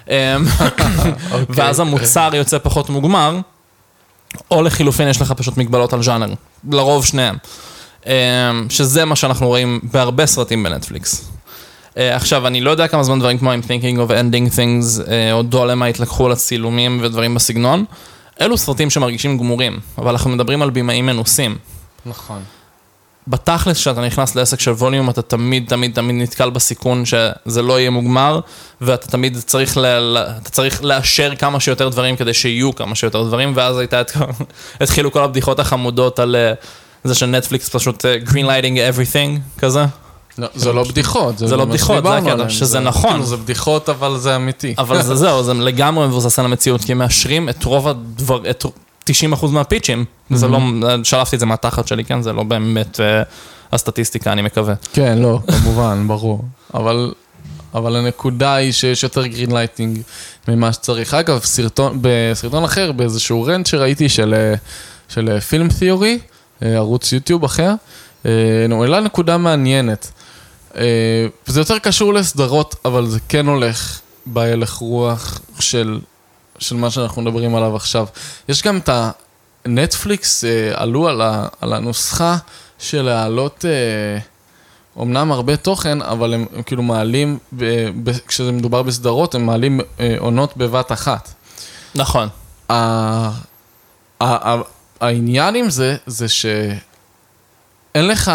ואז המוצר יוצא פחות מוגמר, או לחילופין יש לך פשוט מגבלות על ז'אנר, לרוב שניהם. שזה מה שאנחנו רואים בהרבה סרטים בנטפליקס. עכשיו, אני לא יודע כמה זמן דברים כמו I'm thinking of ending things, או דולמייט לקחו לצילומים ודברים בסגנון. אלו סרטים שמרגישים גמורים, אבל אנחנו מדברים על בימאים מנוסים. נכון. בתכלס, שאתה נכנס לעסק של ווליום, אתה תמיד, תמיד, תמיד נתקל בסיכון שזה לא יהיה מוגמר, ואתה תמיד צריך, ל... אתה צריך לאשר כמה שיותר דברים כדי שיהיו כמה שיותר דברים, ואז הייתה, התחילו כל הבדיחות החמודות על... זה שנטפליקס פשוט green lighting everything, כזה. לא, זה לא בדיחות. זה לא בדיחות, זה הקטע, שזה נכון. זה בדיחות, אבל זה אמיתי. אבל זה זהו, זה לגמרי מבוסס על המציאות, כי הם מאשרים את רוב הדבר, את תשעים אחוז מהפיצ'ים. זה לא, שלפתי את זה מהתחת שלי, כן? זה לא באמת הסטטיסטיקה, אני מקווה. כן, לא, כמובן, ברור. אבל... אבל הנקודה היא שיש יותר green lighting ממה שצריך. אגב, סרטון, בסרטון אחר, באיזשהו רנט שראיתי של, של פילם תיאורי, ערוץ יוטיוב אחר, נועלה נקודה מעניינת. וזה יותר קשור לסדרות, אבל זה כן הולך בהלך רוח של, של מה שאנחנו מדברים עליו עכשיו. יש גם את הנטפליקס, עלו על, ה, על הנוסחה של להעלות, אומנם הרבה תוכן, אבל הם, הם כאילו מעלים, ב, ב, כשזה מדובר בסדרות, הם מעלים עונות בבת אחת. נכון. ה, ה, ה, העניין עם זה, זה שאין לך,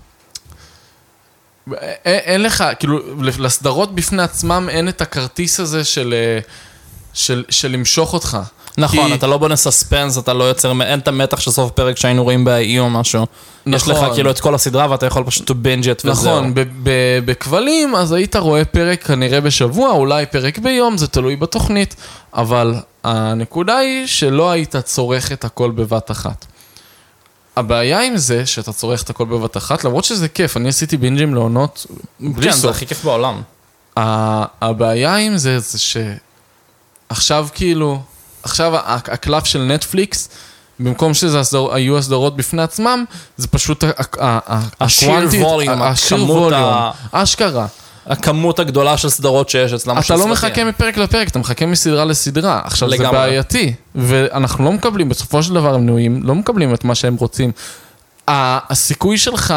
אין לך, כאילו, לסדרות בפני עצמם אין את הכרטיס הזה של, של, של למשוך אותך. נכון, כי... אתה לא בונה סספנס, אתה לא יוצר, אין את המתח של סוף פרק שהיינו רואים ב-אי או משהו. נכון. יש לך כאילו את כל הסדרה ואתה יכול פשוט to binge it וזהו. נכון, בכבלים אז היית רואה פרק כנראה בשבוע, אולי פרק ביום, זה תלוי בתוכנית, אבל הנקודה היא שלא היית צורך את הכל בבת אחת. הבעיה עם זה שאתה צורך את הכל בבת אחת, למרות שזה כיף, אני עשיתי בינג'ים לעונות כן, זה הכי כיף בעולם. הבעיה עם זה זה שעכשיו כאילו, עכשיו הקלף של נטפליקס, במקום שזה היו הסדרות בפני עצמם, זה פשוט השיר ווליום, השיר ווליום, אשכרה. הכמות הגדולה של סדרות שיש אצלם. אתה לא מחכה מפרק לפרק, אתה מחכה מסדרה לסדרה. עכשיו זה בעייתי, ואנחנו לא מקבלים, בסופו של דבר הם נועים, לא מקבלים את מה שהם רוצים. הסיכוי שלך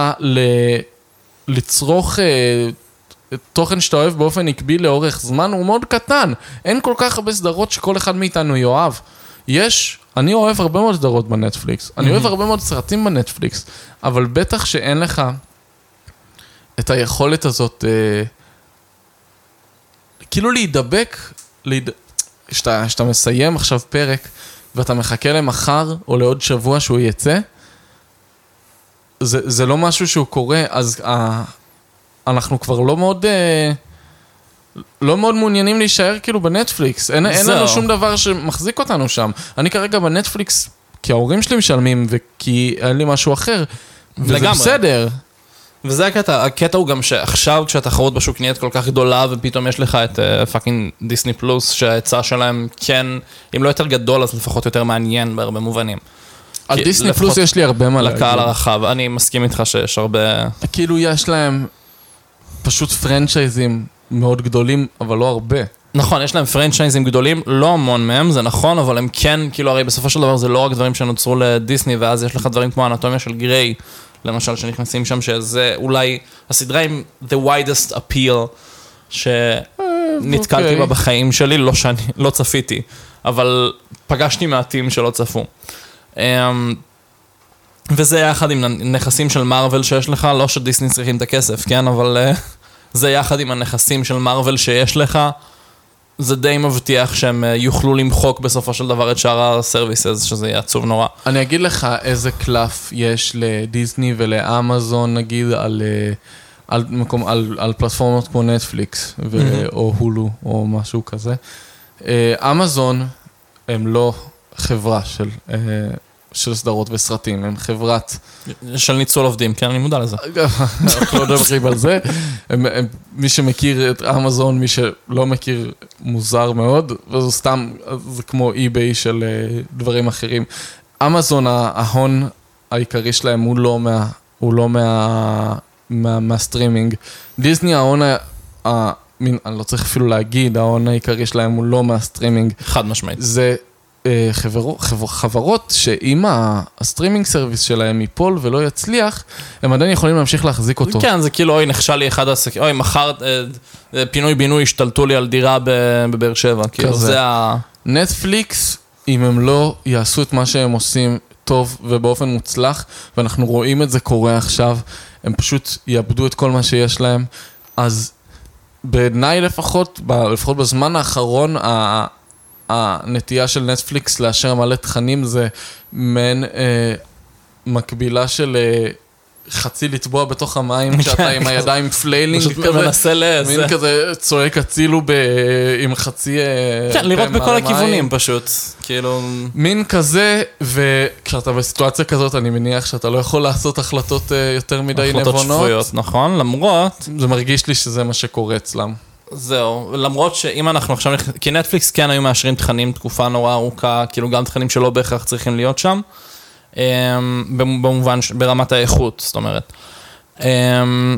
לצרוך תוכן שאתה אוהב באופן עקבי לאורך זמן הוא מאוד קטן. אין כל כך הרבה סדרות שכל אחד מאיתנו יאהב. יש, אני אוהב הרבה מאוד סדרות בנטפליקס, אני אוהב הרבה מאוד סרטים בנטפליקס, אבל בטח שאין לך את היכולת הזאת, אה, כאילו להידבק, להיד... שאתה, שאתה מסיים עכשיו פרק, ואתה מחכה למחר או לעוד שבוע שהוא יצא, זה, זה לא משהו שהוא קורה, אז אה, אנחנו כבר לא מאוד... אה, לא מאוד מעוניינים להישאר כאילו בנטפליקס, אין, אין לנו שום דבר שמחזיק אותנו שם. אני כרגע בנטפליקס, כי ההורים שלי משלמים, וכי אין לי משהו אחר, וזה לגמרי. בסדר. וזה הקטע, הקטע הוא גם שעכשיו כשהתחרות בשוק נהיית כל כך גדולה, ופתאום יש לך את פאקינג דיסני פלוס, שההצעה שלהם כן, אם לא יותר גדול, אז לפחות יותר מעניין בהרבה מובנים. על דיסני פלוס יש לי הרבה מה להגיד. לקהל הרחב, אני מסכים איתך שיש הרבה... כאילו יש להם פשוט פרנצ'ייזים, מאוד גדולים, אבל לא הרבה. נכון, יש להם פרנצ'ייזים גדולים, לא המון מהם, זה נכון, אבל הם כן, כאילו, הרי בסופו של דבר זה לא רק דברים שנוצרו לדיסני, ואז יש לך דברים כמו האנטומיה של גריי, למשל, שנכנסים שם, שזה אולי הסדרה עם the widest appeal, שנתקלתי בה בחיים שלי, לא שאני, לא צפיתי, אבל פגשתי מעטים שלא צפו. וזה יחד עם נכסים של מארוול שיש לך, לא שדיסני צריכים את הכסף, כן, אבל... זה יחד עם הנכסים של מארוול שיש לך, זה די מבטיח שהם יוכלו למחוק בסופו של דבר את שאר הסרוויסס, שזה יהיה עצוב נורא. אני אגיד לך איזה קלף יש לדיסני ולאמזון, נגיד, על, על, מקום, על, על פלטפורמות כמו נטפליקס, ו, mm-hmm. או הולו, או משהו כזה. אמזון הם לא חברה של... של סדרות וסרטים, הם חברת... של ניצול עובדים, כן, אני מודע לזה. אנחנו לא מדברים על זה. הם, הם, מי שמכיר את אמזון, מי שלא מכיר, מוזר מאוד, וזה סתם, זה כמו אי-ביי של דברים אחרים. אמזון, ההון העיקרי שלהם הוא לא מה... הוא לא מה... מה, מהסטרימינג. דיסני, ההון ה... ה מין, אני לא צריך אפילו להגיד, ההון העיקרי שלהם הוא לא מהסטרימינג. חד משמעית. זה... חברות, חברות שאם הסטרימינג סרוויס שלהם ייפול ולא יצליח, הם עדיין יכולים להמשיך להחזיק אותו. כן, זה כאילו, אוי, נכשל לי אחד העסקים, אוי, מחר פינוי בינוי השתלטו לי על דירה בבאר שבע, כאילו זה ה... נטפליקס, אם הם לא יעשו את מה שהם עושים טוב ובאופן מוצלח, ואנחנו רואים את זה קורה עכשיו, הם פשוט יאבדו את כל מה שיש להם, אז בעיניי לפחות, לפחות בזמן האחרון, ה... הנטייה של נטפליקס לאשר מלא תכנים זה מעין אה, מקבילה של אה, חצי לטבוע בתוך המים כשאתה עם הידיים פליילינג כזה, מנסה לזה. מין כזה צועק הצילו ב, עם חצי... כן, לראות בכל הכיוונים פשוט, כאילו... מין כזה, וכשאתה בסיטואציה כזאת אני מניח שאתה לא יכול לעשות החלטות אה, יותר מדי נבונות. החלטות שפויות, נכון, למרות... זה מרגיש לי שזה מה שקורה אצלם. זהו, למרות שאם אנחנו עכשיו, כי נטפליקס כן היו מאשרים תכנים תקופה נורא ארוכה, כאילו גם תכנים שלא בהכרח צריכים להיות שם, במובן, ברמת האיכות, זאת אומרת. הם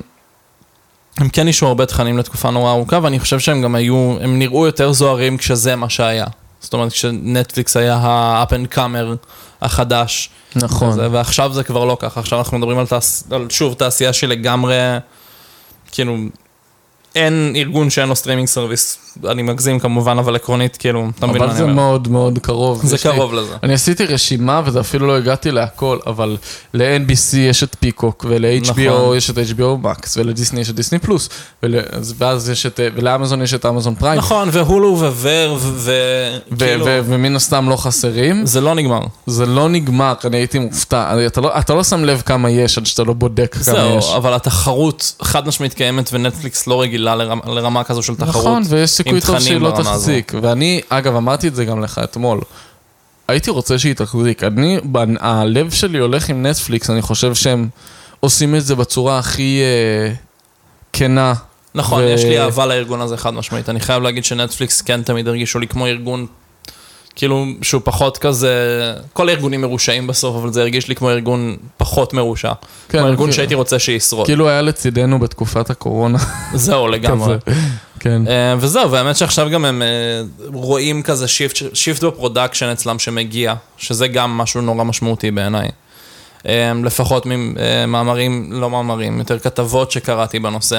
כן אישרו הרבה תכנים לתקופה נורא ארוכה, ואני חושב שהם גם היו, הם נראו יותר זוהרים כשזה מה שהיה. זאת אומרת, כשנטפליקס היה ה-up and comer החדש. נכון. כזה, ועכשיו זה כבר לא ככה, עכשיו אנחנו מדברים על, תעש... על שוב, תעשייה שלגמרי, כאילו... אין ארגון שאין לו סטרימינג סרוויס, אני מגזים כמובן, אבל עקרונית, כאילו, אתה מבין מה אבל אני אומר. זה מאוד מאוד קרוב. זה קרוב לזה. אני עשיתי רשימה, וזה אפילו לא הגעתי להכל, אבל ל-אן בי סי יש את פיקוק, ול-אייץ' בי או יש את אייץ' בי או Max, ולדיסני יש את דיסני פלוס, ואז יש את, ולאמזון יש את אמזון פריים. נכון, והולו וור, וכאילו... ומן הסתם לא חסרים. זה לא נגמר. זה לא נגמר, אני הייתי מופתע. אתה לא, אתה לא שם לב כמה יש, עד שאתה לא בודק כמה יש. זהו, אבל התחרות חד משמעית קיימת, ונטפליקס לא רגילה לרמה, לרמה כזו של תחרות. נכון, ויש סיכוי טוב שהיא לא תחזיק. ואני, אגב, אמרתי את זה גם לך אתמול. הייתי רוצה שהיא תחזיק. אני, הלב שלי הולך עם נטפליקס, אני חושב שהם עושים את זה בצורה הכי אה, כנה. נכון, ו... יש לי אהבה לארגון הזה חד משמעית. אני חייב להגיד שנטפליקס כן תמיד הרגישו לי כמו ארגון, כאילו שהוא פחות כזה, כל הארגונים מרושעים בסוף, אבל זה הרגיש לי כמו ארגון פחות מרושע. כן, כמו ארגון שהייתי רוצה שישרוד. כאילו היה לצידנו בתקופת הקורונה. זהו, לגמרי. כן. וזהו, והאמת שעכשיו גם הם רואים כזה שיפט, שיפט בפרודקשן אצלם שמגיע, שזה גם משהו נורא משמעותי בעיניי. לפחות ממאמרים, לא מאמרים, יותר כתבות שקראתי בנושא.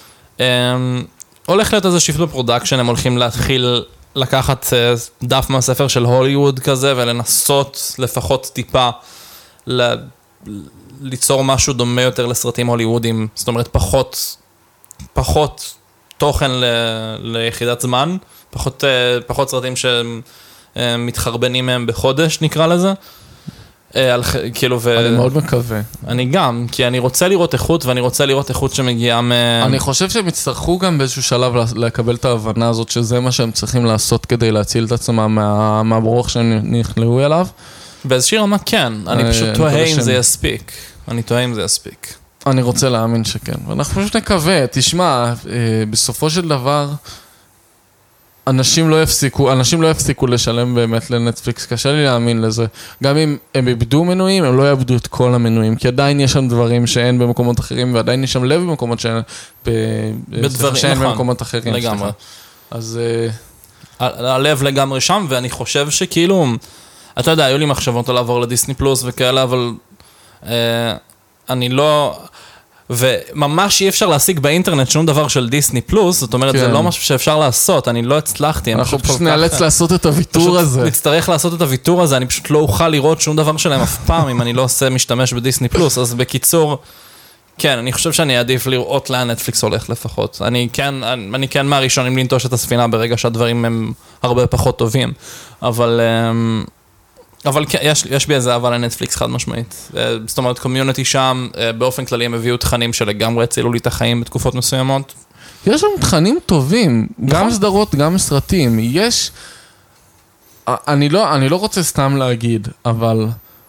הולך להיות איזה שיפט בפרודקשן, הם הולכים להתחיל לקחת דף מהספר של הוליווד כזה, ולנסות לפחות טיפה ל... ליצור משהו דומה יותר לסרטים הוליוודיים, זאת אומרת פחות, פחות תוכן ל... ליחידת זמן, פחות, פחות סרטים שמתחרבנים מהם בחודש, נקרא לזה. על, כאילו, ו... אני מאוד מקווה. אני גם, כי אני רוצה לראות איכות, ואני רוצה לראות איכות שמגיעה מ... אני חושב שהם יצטרכו גם באיזשהו שלב לקבל את ההבנה הזאת, שזה מה שהם צריכים לעשות כדי להציל את עצמם מה... מהברוך שהם נכלאו אליו. באיזושהי רמה כן, אני פשוט תוהה אם זה יספיק. אני תוהה אם זה יספיק. אני רוצה להאמין שכן, ואנחנו פשוט נקווה. תשמע, בסופו של דבר... אנשים לא יפסיקו, אנשים לא יפסיקו לשלם באמת לנטפליקס, קשה לי להאמין לזה. גם אם הם איבדו מנויים, הם לא יאבדו את כל המנויים, כי עדיין יש שם דברים שאין במקומות אחרים, ועדיין יש שם לב במקומות שאין, בדברים, שאין נכון, במקומות אחרים. לגמרי. אז... הלב לגמרי שם, ואני חושב שכאילו, אתה יודע, היו לי מחשבות לעבור לדיסני פלוס וכאלה, אבל אה, אני לא... וממש אי אפשר להשיג באינטרנט שום דבר של דיסני פלוס, זאת אומרת, זה לא משהו שאפשר לעשות, אני לא הצלחתי. אנחנו פשוט נאלץ לעשות את הוויתור הזה. פשוט נצטרך לעשות את הוויתור הזה, אני פשוט לא אוכל לראות שום דבר שלהם אף פעם, אם אני לא עושה משתמש בדיסני פלוס, אז בקיצור, כן, אני חושב שאני אעדיף לראות לאן נטפליקס הולך לפחות. אני כן, אני כן מהראשונים לנטוש את הספינה ברגע שהדברים הם הרבה פחות טובים, אבל... אבל יש, יש בי איזה אהבה לנטפליקס חד משמעית. זאת אומרת, קומיוניטי שם, באופן כללי הם הביאו תכנים שלגמרי הצילו לי את החיים בתקופות מסוימות. יש שם תכנים טובים, גם סדרות, גם סרטים. יש... אני לא, אני לא רוצה סתם להגיד, אבל...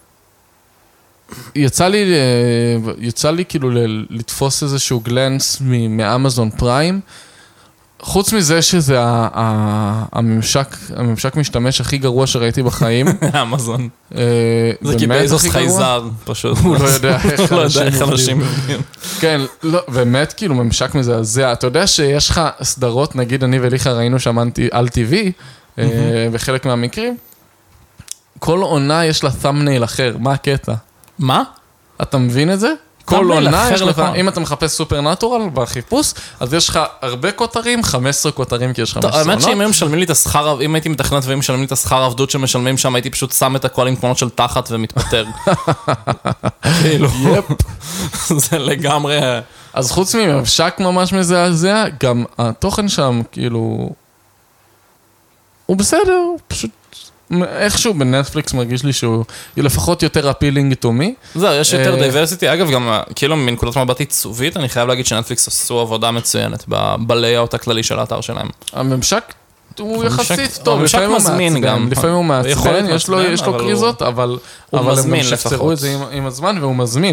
יצא לי, יצא לי כאילו לתפוס איזשהו גלנס מאמזון פריים, חוץ מזה שזה הממשק, הממשק משתמש הכי גרוע שראיתי בחיים. אמזון. זה כי בייזוס חייזר, פשוט. הוא לא יודע איך אנשים עובדים. כן, באמת כאילו ממשק מזעזע. אתה יודע שיש לך סדרות, נגיד אני וליחה ראינו שם על טי-וי, בחלק מהמקרים, כל עונה יש לה thumbnail אחר. מה הקטע? מה? אתה מבין את זה? כל עונה יש לך, אם אתה מחפש סופרנטורל בחיפוש, אז יש לך הרבה כותרים, חמש עשרה כותרים, כי יש חמש עשרה עונות. האמת שאם הם משלמים לי את השכר, אם הייתי מתכנת והם משלמים לי את השכר העבדות שמשלמים שם, הייתי פשוט שם את הכל עם תמונות של תחת ומתפטר. כאילו, זה לגמרי... אז חוץ מממשק ממש מזעזע, גם התוכן שם, כאילו... הוא בסדר, פשוט... איכשהו בנטפליקס מרגיש לי שהוא לפחות יותר אפילינג to me. זהו, יש יותר דייברסיטי. אגב, גם כאילו מנקודת מבט עיצובית, אני חייב להגיד שנטפליקס עשו עבודה מצוינת בלייאוט הכללי של האתר שלהם. הממשק הוא יחסית טוב. הממשק מזמין גם. לפעמים הוא מעצבן, יש לו קריזות, אבל הם שפצרו את זה עם הזמן, והוא מזמין.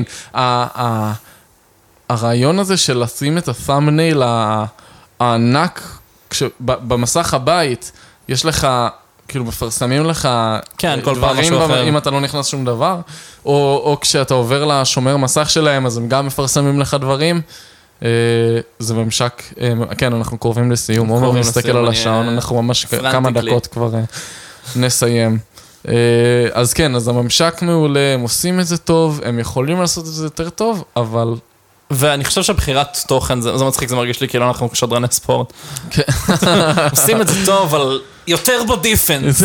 הרעיון הזה של לשים את ה-thumbnail הענק, במסך הבית, יש לך... כאילו מפרסמים לך כן, כל פעם משהו אחר. אם אתה לא נכנס שום דבר, או, או כשאתה עובר לשומר מסך שלהם, אז הם גם מפרסמים לך דברים. זה ממשק, כן, אנחנו קרובים לסיום, עומר מסתכל על השעון, אנחנו ממש כמה דקות כבר נסיים. אז כן, אז הממשק מעולה, הם עושים את זה טוב, הם יכולים לעשות את זה יותר טוב, אבל ואני חושב שבחירת תוכן, זה, זה מצחיק, זה מרגיש לי כאילו אנחנו שדרני ספורט. עושים את זה טוב, אבל יותר בדיפנס.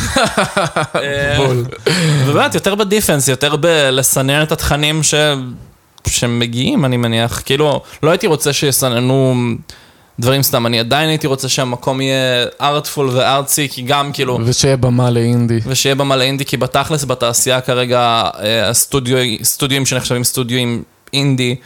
ובאמת, יותר בדיפנס, יותר בלסנן את התכנים ש... שמגיעים, אני מניח. כאילו, לא הייתי רוצה שיסננו דברים סתם, אני עדיין הייתי רוצה שהמקום יהיה ארטפול וארצי, כי גם כאילו... ושיהיה במה לאינדי. ושיהיה במה לאינדי, כי בתכלס, בתעשייה כרגע, הסטודיו, שנחשבים סטודיו אינדי,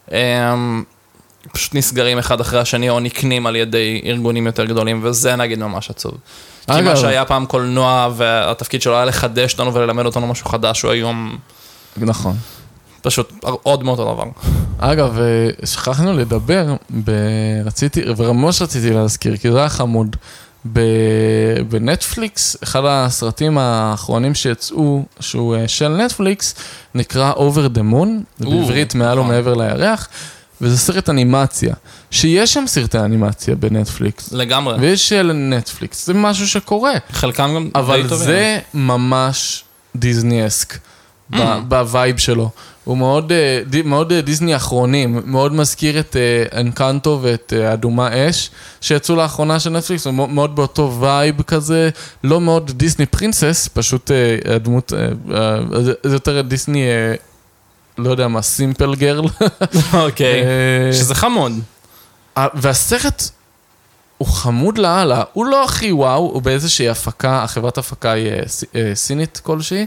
פשוט נסגרים אחד אחרי השני, או נקנים על ידי ארגונים יותר גדולים, וזה נגיד ממש עצוב. כי מה שהיה פעם קולנוע, והתפקיד שלו היה לחדש אותנו וללמד אותנו משהו חדש, הוא היום... נכון. פשוט עוד מאוד הדבר. אגב, שכחנו לדבר, רציתי, וממש רציתי להזכיר, כי זה היה חמוד, בנטפליקס, אחד הסרטים האחרונים שיצאו, שהוא של נטפליקס, נקרא Over the Moon, בעברית מעל ומעבר לירח, וזה סרט אנימציה, שיש שם סרטי אנימציה בנטפליקס. לגמרי. ויש של נטפליקס, זה משהו שקורה. חלקם גם אבל זה ממש דיזני-אסק, בווייב שלו. הוא מאוד, מאוד דיזני אחרונים, מאוד מזכיר את אנקנטו ואת אדומה אש, שיצאו לאחרונה של נטפליקס, הוא מאוד באותו וייב כזה, לא מאוד דיסני פרינסס, פשוט הדמות, זה יותר דיסני, לא יודע מה, סימפל גרל. אוקיי, שזה חמוד. והסרט הוא חמוד להלאה, הוא לא הכי וואו, הוא באיזושהי הפקה, החברת הפקה היא סינית כלשהי,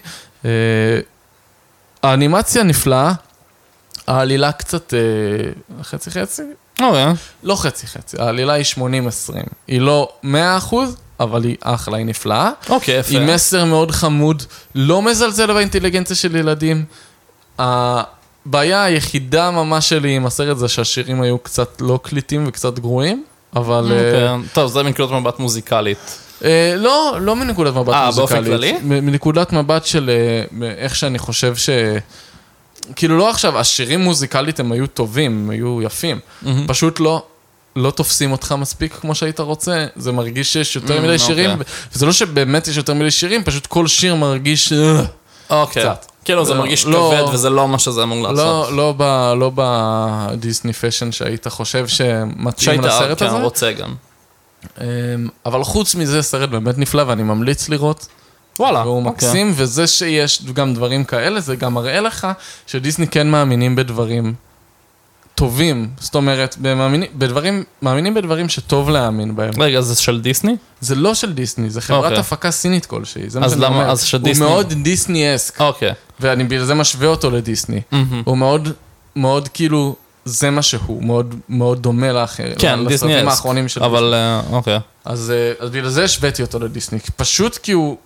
האנימציה נפלאה, העלילה קצת חצי חצי? לא חצי חצי, העלילה היא שמונים עשרים. היא לא מאה אחוז, אבל היא אחלה, היא נפלאה. אוקיי, יפה. היא מסר מאוד חמוד, לא מזלזל באינטליגנציה של ילדים. הבעיה היחידה ממש שלי עם הסרט זה שהשירים היו קצת לא קליטים וקצת גרועים, אבל... טוב, זה מנקודת מבט מוזיקלית. לא, לא מנקודת מבט מוזיקלית. אה, באופן כללי? מנקודת מבט של איך שאני חושב ש... כאילו לא עכשיו, השירים מוזיקלית הם היו טובים, הם היו יפים. פשוט לא, לא תופסים אותך מספיק כמו שהיית רוצה. זה מרגיש שיש יותר מדי שירים, וזה לא שבאמת יש יותר מדי שירים, פשוט כל שיר מרגיש... אוקיי. כאילו זה מרגיש כבד וזה לא מה שזה אמור לעשות. לא בדיסני פשן שהיית חושב שמתאים לסרט הזה. שהיית רוצה גם. אבל חוץ מזה, סרט באמת נפלא, ואני ממליץ לראות. וואלה. והוא מקסים, וזה שיש גם דברים כאלה, זה גם מראה לך שדיסני כן מאמינים בדברים טובים. זאת אומרת, בדברים, מאמינים בדברים שטוב להאמין בהם. רגע, זה של דיסני? זה לא של דיסני, זה חברת הפקה סינית כלשהי. אז למה, אז של דיסני? הוא מאוד דיסני-אסק. אוקיי. ואני בגלל זה משווה אותו לדיסני. הוא מאוד, מאוד כאילו... זה מה שהוא, מאוד, מאוד דומה לאחר. כן, דיסני אסק, אבל, אוקיי. אז, אז בגלל זה השוויתי אותו לדיסני, פשוט כי הוא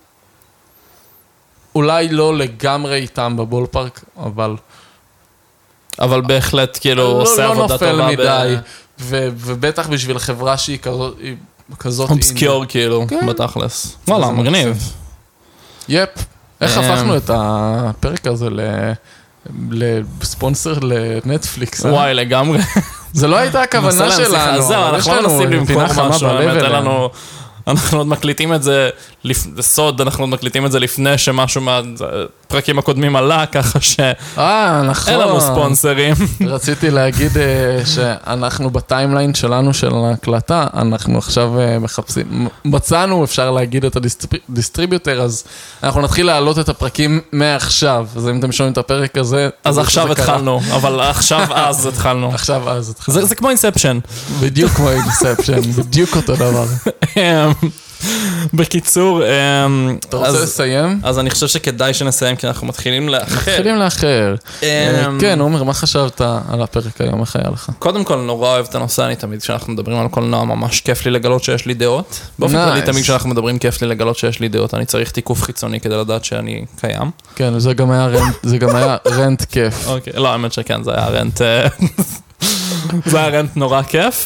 אולי לא לגמרי איתם בבול פארק, אבל... אבל בהחלט, כאילו, עושה עבודה טובה. לא נופל מדי, ובטח בשביל חברה שהיא כזאת... אובסקיור, כאילו, בתכלס. וואלה, מגניב. יפ. איך הפכנו את הפרק הזה ל... לספונסר לנטפליקס. וואי, לגמרי. זה לא הייתה הכוונה שלנו. זהו, אנחנו לא נסים למכור משהו, באמת, לנו... אנחנו עוד מקליטים את זה, זה סוד, אנחנו עוד מקליטים את זה לפני שמשהו מהפרקים הקודמים עלה, ככה ש... אה, נכון. אין לנו ספונסרים. רציתי להגיד שאנחנו בטיימליין שלנו של ההקלטה, אנחנו עכשיו מחפשים, מצאנו, אפשר להגיד את הדיסטריביוטר, אז אנחנו נתחיל להעלות את הפרקים מעכשיו, אז אם אתם שומעים את הפרק הזה... אז עכשיו התחלנו, אבל עכשיו אז התחלנו. עכשיו אז התחלנו. זה כמו אינספשן. בדיוק כמו אינספשן, בדיוק אותו דבר. בקיצור, אתה רוצה לסיים? אז אני חושב שכדאי שנסיים, כי אנחנו מתחילים לאחר. מתחילים לאחר. כן, עומר, מה חשבת על הפרק היום? איך היה לך? קודם כל, נורא אוהב את הנושא, אני תמיד, כשאנחנו מדברים על קולנוע, ממש כיף לי לגלות שיש לי דעות. באופן כללי, תמיד כשאנחנו מדברים, כיף לי לגלות שיש לי דעות, אני צריך תיקוף חיצוני כדי לדעת שאני קיים. כן, זה גם היה רנט כיף. אוקיי, לא, האמת שכן, זה היה רנט... זה היה רנט נורא כיף.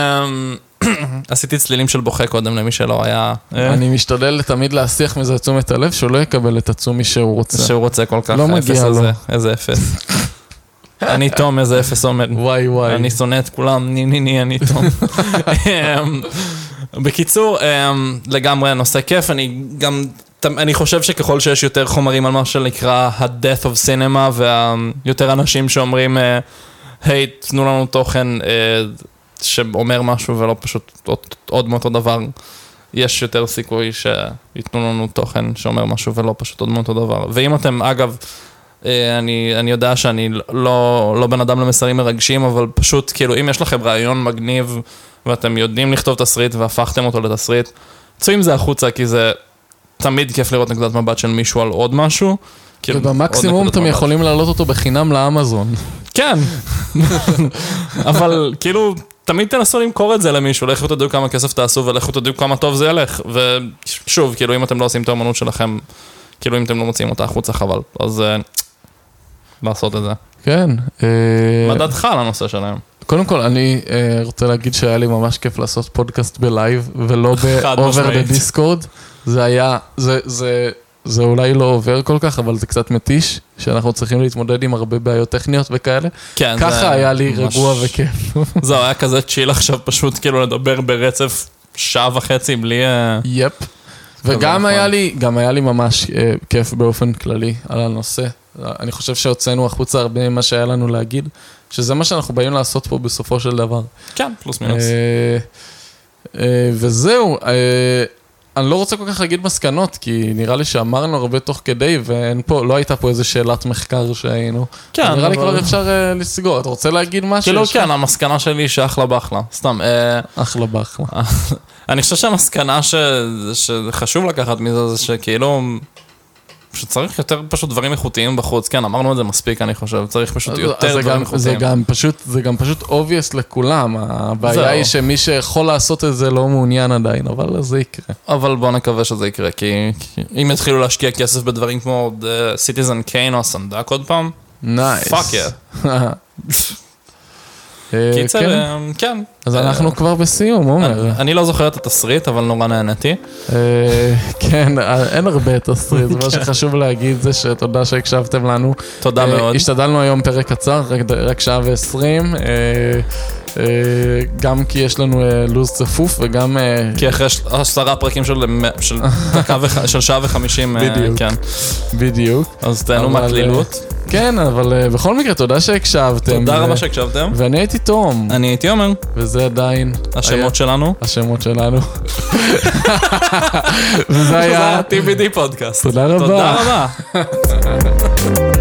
עשיתי צלילים של בוכה קודם למי שלא היה... אני משתדל תמיד להסיח מזה תשומת הלב, שהוא לא יקבל את התשומי שהוא רוצה. שהוא רוצה כל כך. לא מגיע לו. איזה אפס. אני תום, איזה אפס עומד. וואי וואי. אני שונא את כולם, ני ני ני, אני תום. בקיצור, לגמרי נושא כיף, אני גם... אני חושב שככל שיש יותר חומרים על מה שנקרא ה-death of cinema, ויותר אנשים שאומרים... היי, תנו לנו תוכן שאומר משהו ולא פשוט עוד מאותו דבר, יש יותר סיכוי שיתנו לנו תוכן שאומר משהו ולא פשוט עוד מאותו דבר. ואם אתם, אגב, אני, אני יודע שאני לא, לא בן אדם למסרים מרגשים, אבל פשוט, כאילו, אם יש לכם רעיון מגניב, ואתם יודעים לכתוב תסריט והפכתם אותו לתסריט, צאו עם זה החוצה, כי זה תמיד כיף לראות נקודת מבט של מישהו על עוד משהו. כאילו, ובמקסימום אתם יכולים להעלות אותו בחינם לאמזון. כן. אבל, כאילו, תמיד תנסו למכור את זה למישהו, לכו תדעו כמה כסף תעשו, ולכו תדעו כמה טוב זה ילך. ושוב, כאילו, אם אתם לא עושים את האמנות שלכם, כאילו, אם אתם לא מוציאים אותה החוצה, חבל. אז לעשות את זה. כן. מה דעתך על הנושא שלהם? קודם כל, אני רוצה להגיד שהיה לי ממש כיף לעשות פודקאסט בלייב, ולא ב-over the Discord. זה היה, זה, זה, זה אולי לא עובר כל כך, אבל זה קצת מתיש, שאנחנו צריכים להתמודד עם הרבה בעיות טכניות וכאלה. כן, ככה היה לי רגוע וכיף. זהו, היה כזה צ'יל עכשיו פשוט כאילו לדבר ברצף שעה וחצי בלי... יפ. וגם היה לי, גם היה לי ממש כיף באופן כללי על הנושא. אני חושב שהוצאנו החוצה הרבה ממה שהיה לנו להגיד, שזה מה שאנחנו באים לעשות פה בסופו של דבר. כן, פלוס מינוס. וזהו, אני לא רוצה כל כך להגיד מסקנות, כי נראה לי שאמרנו הרבה תוך כדי, ואין פה, לא הייתה פה איזה שאלת מחקר שהיינו. כן. נראה לי כבר אפשר לסגור. אתה רוצה להגיד משהו? כאילו כן, המסקנה שלי שאחלה באחלה. סתם. אחלה באחלה. אני חושב שהמסקנה שחשוב לקחת מזה, זה שכאילו... שצריך יותר פשוט דברים איכותיים בחוץ, כן, אמרנו את זה מספיק, אני חושב, צריך פשוט יותר דברים איכותיים. זה גם פשוט, זה גם פשוט obvious לכולם, הבעיה היא שמי שיכול לעשות את זה לא מעוניין עדיין, אבל זה יקרה. אבל בוא נקווה שזה יקרה, כי אם יתחילו להשקיע כסף בדברים כמו Citizen Kane או הסנדק עוד פעם, נייס. פאק יא. קיצר, כן. אז אנחנו כבר בסיום, עומר. אני לא זוכר את התסריט, אבל נורא נהניתי. כן, אין הרבה תסריט. מה שחשוב להגיד זה שתודה שהקשבתם לנו. תודה מאוד. השתדלנו היום פרק קצר, רק שעה ועשרים. גם כי יש לנו לוז צפוף וגם... כי אחרי עשרה פרקים של שעה וחמישים. בדיוק. בדיוק. אז תהנו מהקלילות. כן, אבל בכל מקרה, תודה שהקשבתם. תודה רבה שהקשבתם. ואני הייתי תום. אני הייתי עומר. וזה עדיין... השמות שלנו. השמות שלנו. וזה היה... טי בי די פודקאסט. תודה רבה. תודה רבה.